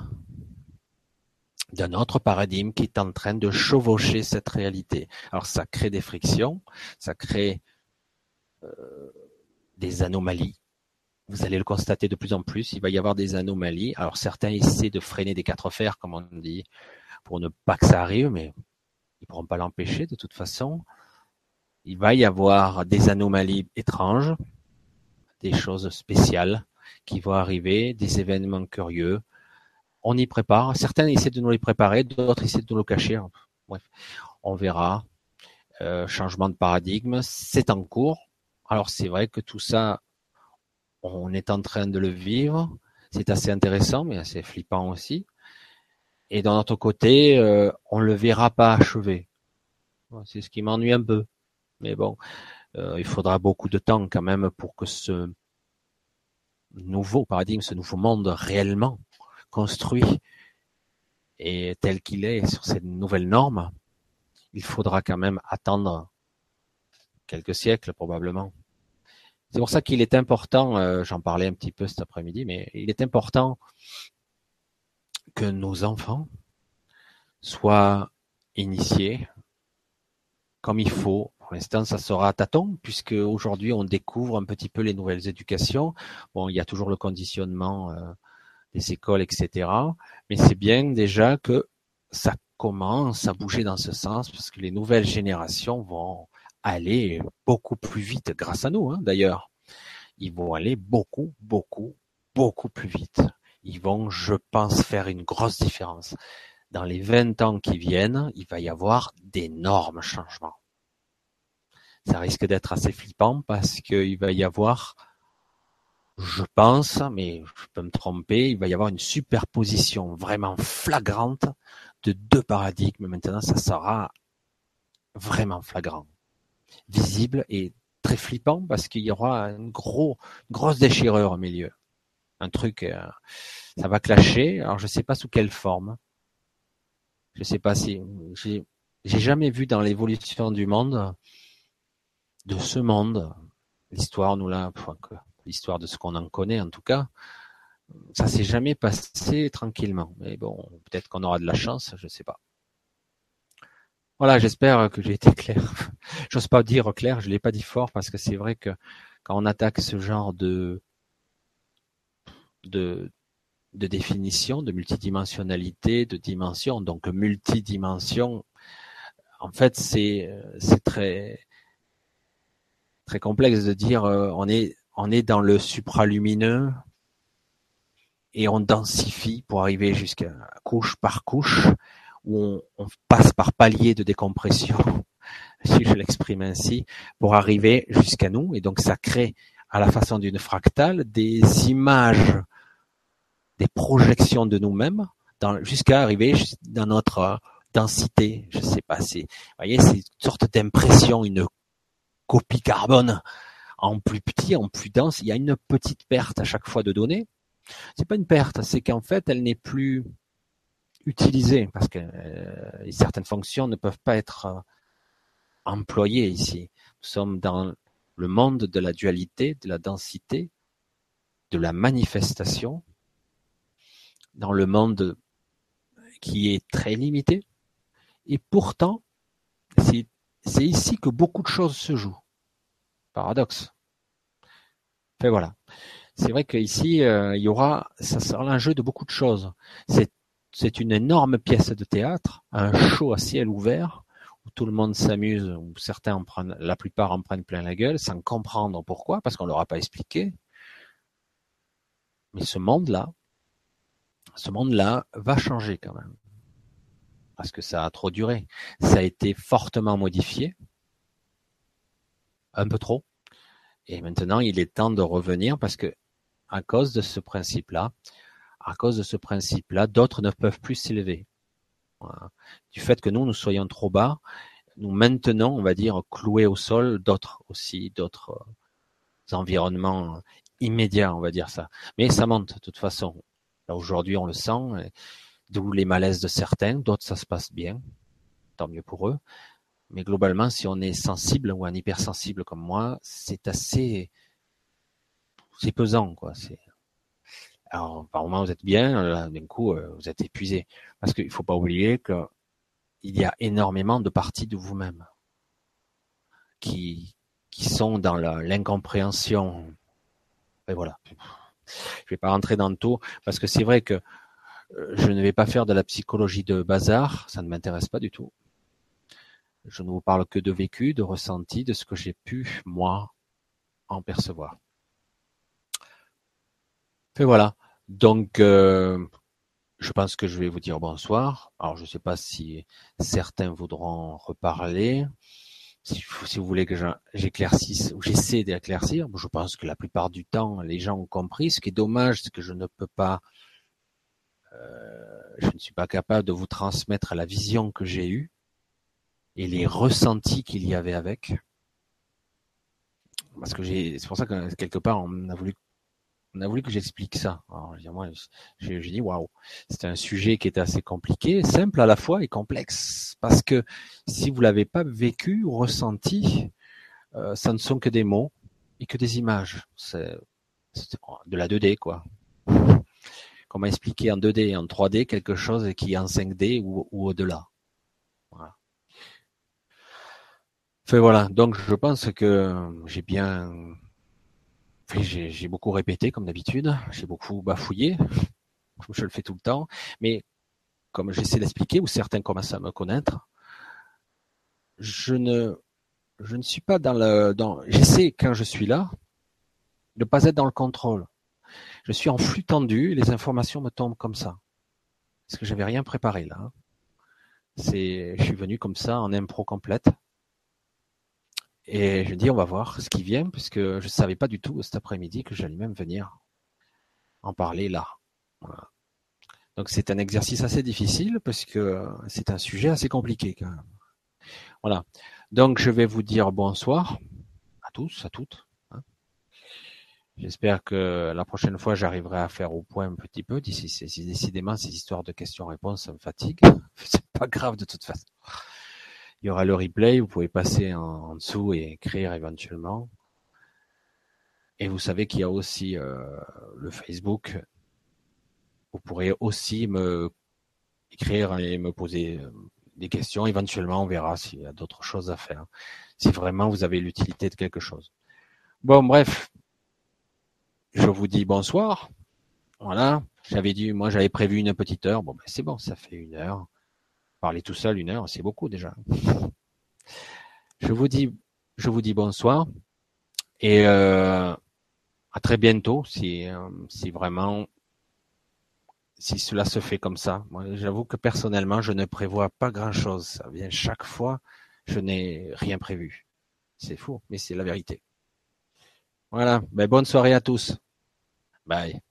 d'un autre paradigme qui est en train de chevaucher cette réalité. Alors ça crée des frictions, ça crée euh, des anomalies. Vous allez le constater de plus en plus, il va y avoir des anomalies. Alors certains essaient de freiner des quatre fers, comme on dit, pour ne pas que ça arrive, mais ils ne pourront pas l'empêcher de toute façon. Il va y avoir des anomalies étranges, des choses spéciales qui vont arriver, des événements curieux. On y prépare. Certains essaient de nous les préparer, d'autres essaient de nous le cacher. Bref, on verra. Euh, changement de paradigme, c'est en cours. Alors c'est vrai que tout ça, on est en train de le vivre. C'est assez intéressant, mais assez flippant aussi. Et d'un autre côté, euh, on le verra pas achevé. C'est ce qui m'ennuie un peu. Mais bon, euh, il faudra beaucoup de temps quand même pour que ce nouveau paradigme, ce nouveau monde réellement construit et tel qu'il est sur ces nouvelles normes, il faudra quand même attendre quelques siècles probablement. C'est pour ça qu'il est important, euh, j'en parlais un petit peu cet après-midi, mais il est important que nos enfants soient initiés comme il faut. Pour l'instant, ça sera à tâtons, puisque aujourd'hui on découvre un petit peu les nouvelles éducations. Bon, il y a toujours le conditionnement euh, des écoles, et cetera. Mais c'est bien déjà que ça commence à bouger dans ce sens, parce que les nouvelles générations vont aller beaucoup plus vite, grâce à nous, hein, d'ailleurs. Ils vont aller beaucoup, beaucoup, beaucoup plus vite. Ils vont, je pense, faire une grosse différence. Dans les vingt ans qui viennent, il va y avoir d'énormes changements. Ça risque d'être assez flippant parce qu'il va y avoir, je pense, mais je peux me tromper, il va y avoir une superposition vraiment flagrante de deux paradigmes. Maintenant, ça sera vraiment flagrant, visible et très flippant parce qu'il y aura une, gros, une grosse déchirure au milieu. Un truc, euh, ça va clasher. Alors, je sais pas sous quelle forme. Je sais pas si j'ai, j'ai jamais vu dans l'évolution du monde, de ce monde, l'histoire nous l'a, enfin, l'histoire de ce qu'on en connaît en tout cas, ça s'est jamais passé tranquillement. Mais bon, peut-être qu'on aura de la chance, je sais pas. Voilà, j'espère que j'ai été clair. J'ose pas dire clair, je l'ai pas dit fort parce que c'est vrai que quand on attaque ce genre de de de définition, de multidimensionnalité, de dimension, donc multidimension, en fait c'est c'est très très complexe de dire euh, on est on est dans le supralumineux et on densifie pour arriver jusqu'à couche par couche où on, on passe par paliers de décompression, si je l'exprime ainsi, pour arriver jusqu'à nous. Et donc ça crée à la façon d'une fractale des images, des projections de nous-mêmes dans, jusqu'à arriver dans notre densité. Je sais pas, c'est, vous voyez, c'est une sorte d'impression, une copie carbone en plus petit, en plus dense. Il y a une petite perte à chaque fois de données. C'est pas une perte, c'est qu'en fait, elle n'est plus utilisée parce que euh, certaines fonctions ne peuvent pas être euh, employées ici. Nous sommes dans le monde de la dualité, de la densité, de la manifestation, dans le monde qui est très limité. Et pourtant, c'est, c'est ici que beaucoup de choses se jouent. Paradoxe. Enfin voilà. C'est vrai qu'ici, euh, il y aura, ça sera l'enjeu de beaucoup de choses. C'est, c'est une énorme pièce de théâtre, un show à ciel ouvert, où tout le monde s'amuse, où certains en prennent, la plupart en prennent plein la gueule, sans comprendre pourquoi, parce qu'on leur a pas expliqué. Mais ce monde-là, ce monde-là va changer quand même. Parce que ça a trop duré. Ça a été fortement modifié. Un peu trop. Et maintenant, il est temps de revenir parce que, à cause de ce principe-là, à cause de ce principe-là, d'autres ne peuvent plus s'élever. Voilà. Du fait que nous, nous soyons trop bas, nous maintenons, on va dire, cloués au sol d'autres aussi, d'autres environnements immédiats, on va dire ça. Mais ça monte, de toute façon. Là, aujourd'hui, on le sent, d'où les malaises de certains, d'autres, ça se passe bien, tant mieux pour eux. Mais globalement, si on est sensible ou un hypersensible comme moi, c'est assez, c'est pesant, quoi. C'est, alors, par moment, vous êtes bien, là, d'un coup, vous êtes épuisé. Parce qu'il faut pas oublier que il y a énormément de parties de vous-même qui, qui sont dans la, l'incompréhension. Et voilà. Je vais pas rentrer dans le tout, parce que c'est vrai que je ne vais pas faire de la psychologie de bazar, ça ne m'intéresse pas du tout. Je ne vous parle que de vécu, de ressenti, de ce que j'ai pu, moi, en percevoir. Et voilà. Donc, euh, je pense que je vais vous dire bonsoir. Alors, je ne sais pas si certains voudront reparler. si, si vous voulez que j'éclaircisse ou j'essaie d'éclaircir, je pense que la plupart du temps, les gens ont compris. Ce qui est dommage, c'est que je ne peux pas, euh, je ne suis pas capable de vous transmettre la vision que j'ai eue et les ressentis qu'il y avait avec. Parce que j'ai, c'est pour ça que quelque part, on a voulu On a voulu que j'explique ça. Alors, moi, j'ai dit waouh, c'était un sujet qui était assez compliqué, simple à la fois et complexe, parce que si vous l'avez pas vécu ou ressenti, euh, ça ne sont que des mots et que des images. C'est de la deux D, quoi. Comment expliquer en deux D et en trois D quelque chose qui est en cinq D ou, ou au-delà. Voilà. Enfin voilà. Donc je pense que j'ai bien J'ai, j'ai beaucoup répété comme d'habitude, j'ai beaucoup bafouillé, je le fais tout le temps, mais comme j'essaie d'expliquer, ou certains commencent à me connaître, je ne, je ne suis pas dans le, dans, j'essaie quand je suis là, de ne pas être dans le contrôle. Je suis en flux tendu, et les informations me tombent comme ça. Parce que j'avais rien préparé là. C'est, je suis venu comme ça en impro complète. Et je dis, on va voir ce qui vient, puisque je ne savais pas du tout cet après-midi que j'allais même venir en parler là. Voilà. Donc c'est un exercice assez difficile parce que c'est un sujet assez compliqué quand même. Voilà. Donc je vais vous dire bonsoir à tous, à toutes. Hein. J'espère que la prochaine fois j'arriverai à faire au point un petit peu. D'ici, si décidément ces histoires de questions-réponses ça me fatigue. C'est pas grave de toute façon. Il y aura le replay, vous pouvez passer en, en dessous et écrire éventuellement. Et vous savez qu'il y a aussi euh, le Facebook. Vous pourrez aussi me écrire et me poser des questions. Éventuellement, on verra s'il y a d'autres choses à faire. Si vraiment vous avez l'utilité de quelque chose. Bon, bref. Je vous dis bonsoir. Voilà. J'avais dit, moi, j'avais prévu une petite heure. Bon, ben, c'est bon, ça fait une heure. Parler tout seul, une heure, c'est beaucoup déjà. Je vous dis, je vous dis bonsoir. Et euh, à très bientôt si, euh, si vraiment si cela se fait comme ça. Moi, j'avoue que personnellement, je ne prévois pas grand-chose. Ça vient chaque fois, je n'ai rien prévu. C'est fou, mais c'est la vérité. Voilà. Ben, bonne soirée à tous. Bye.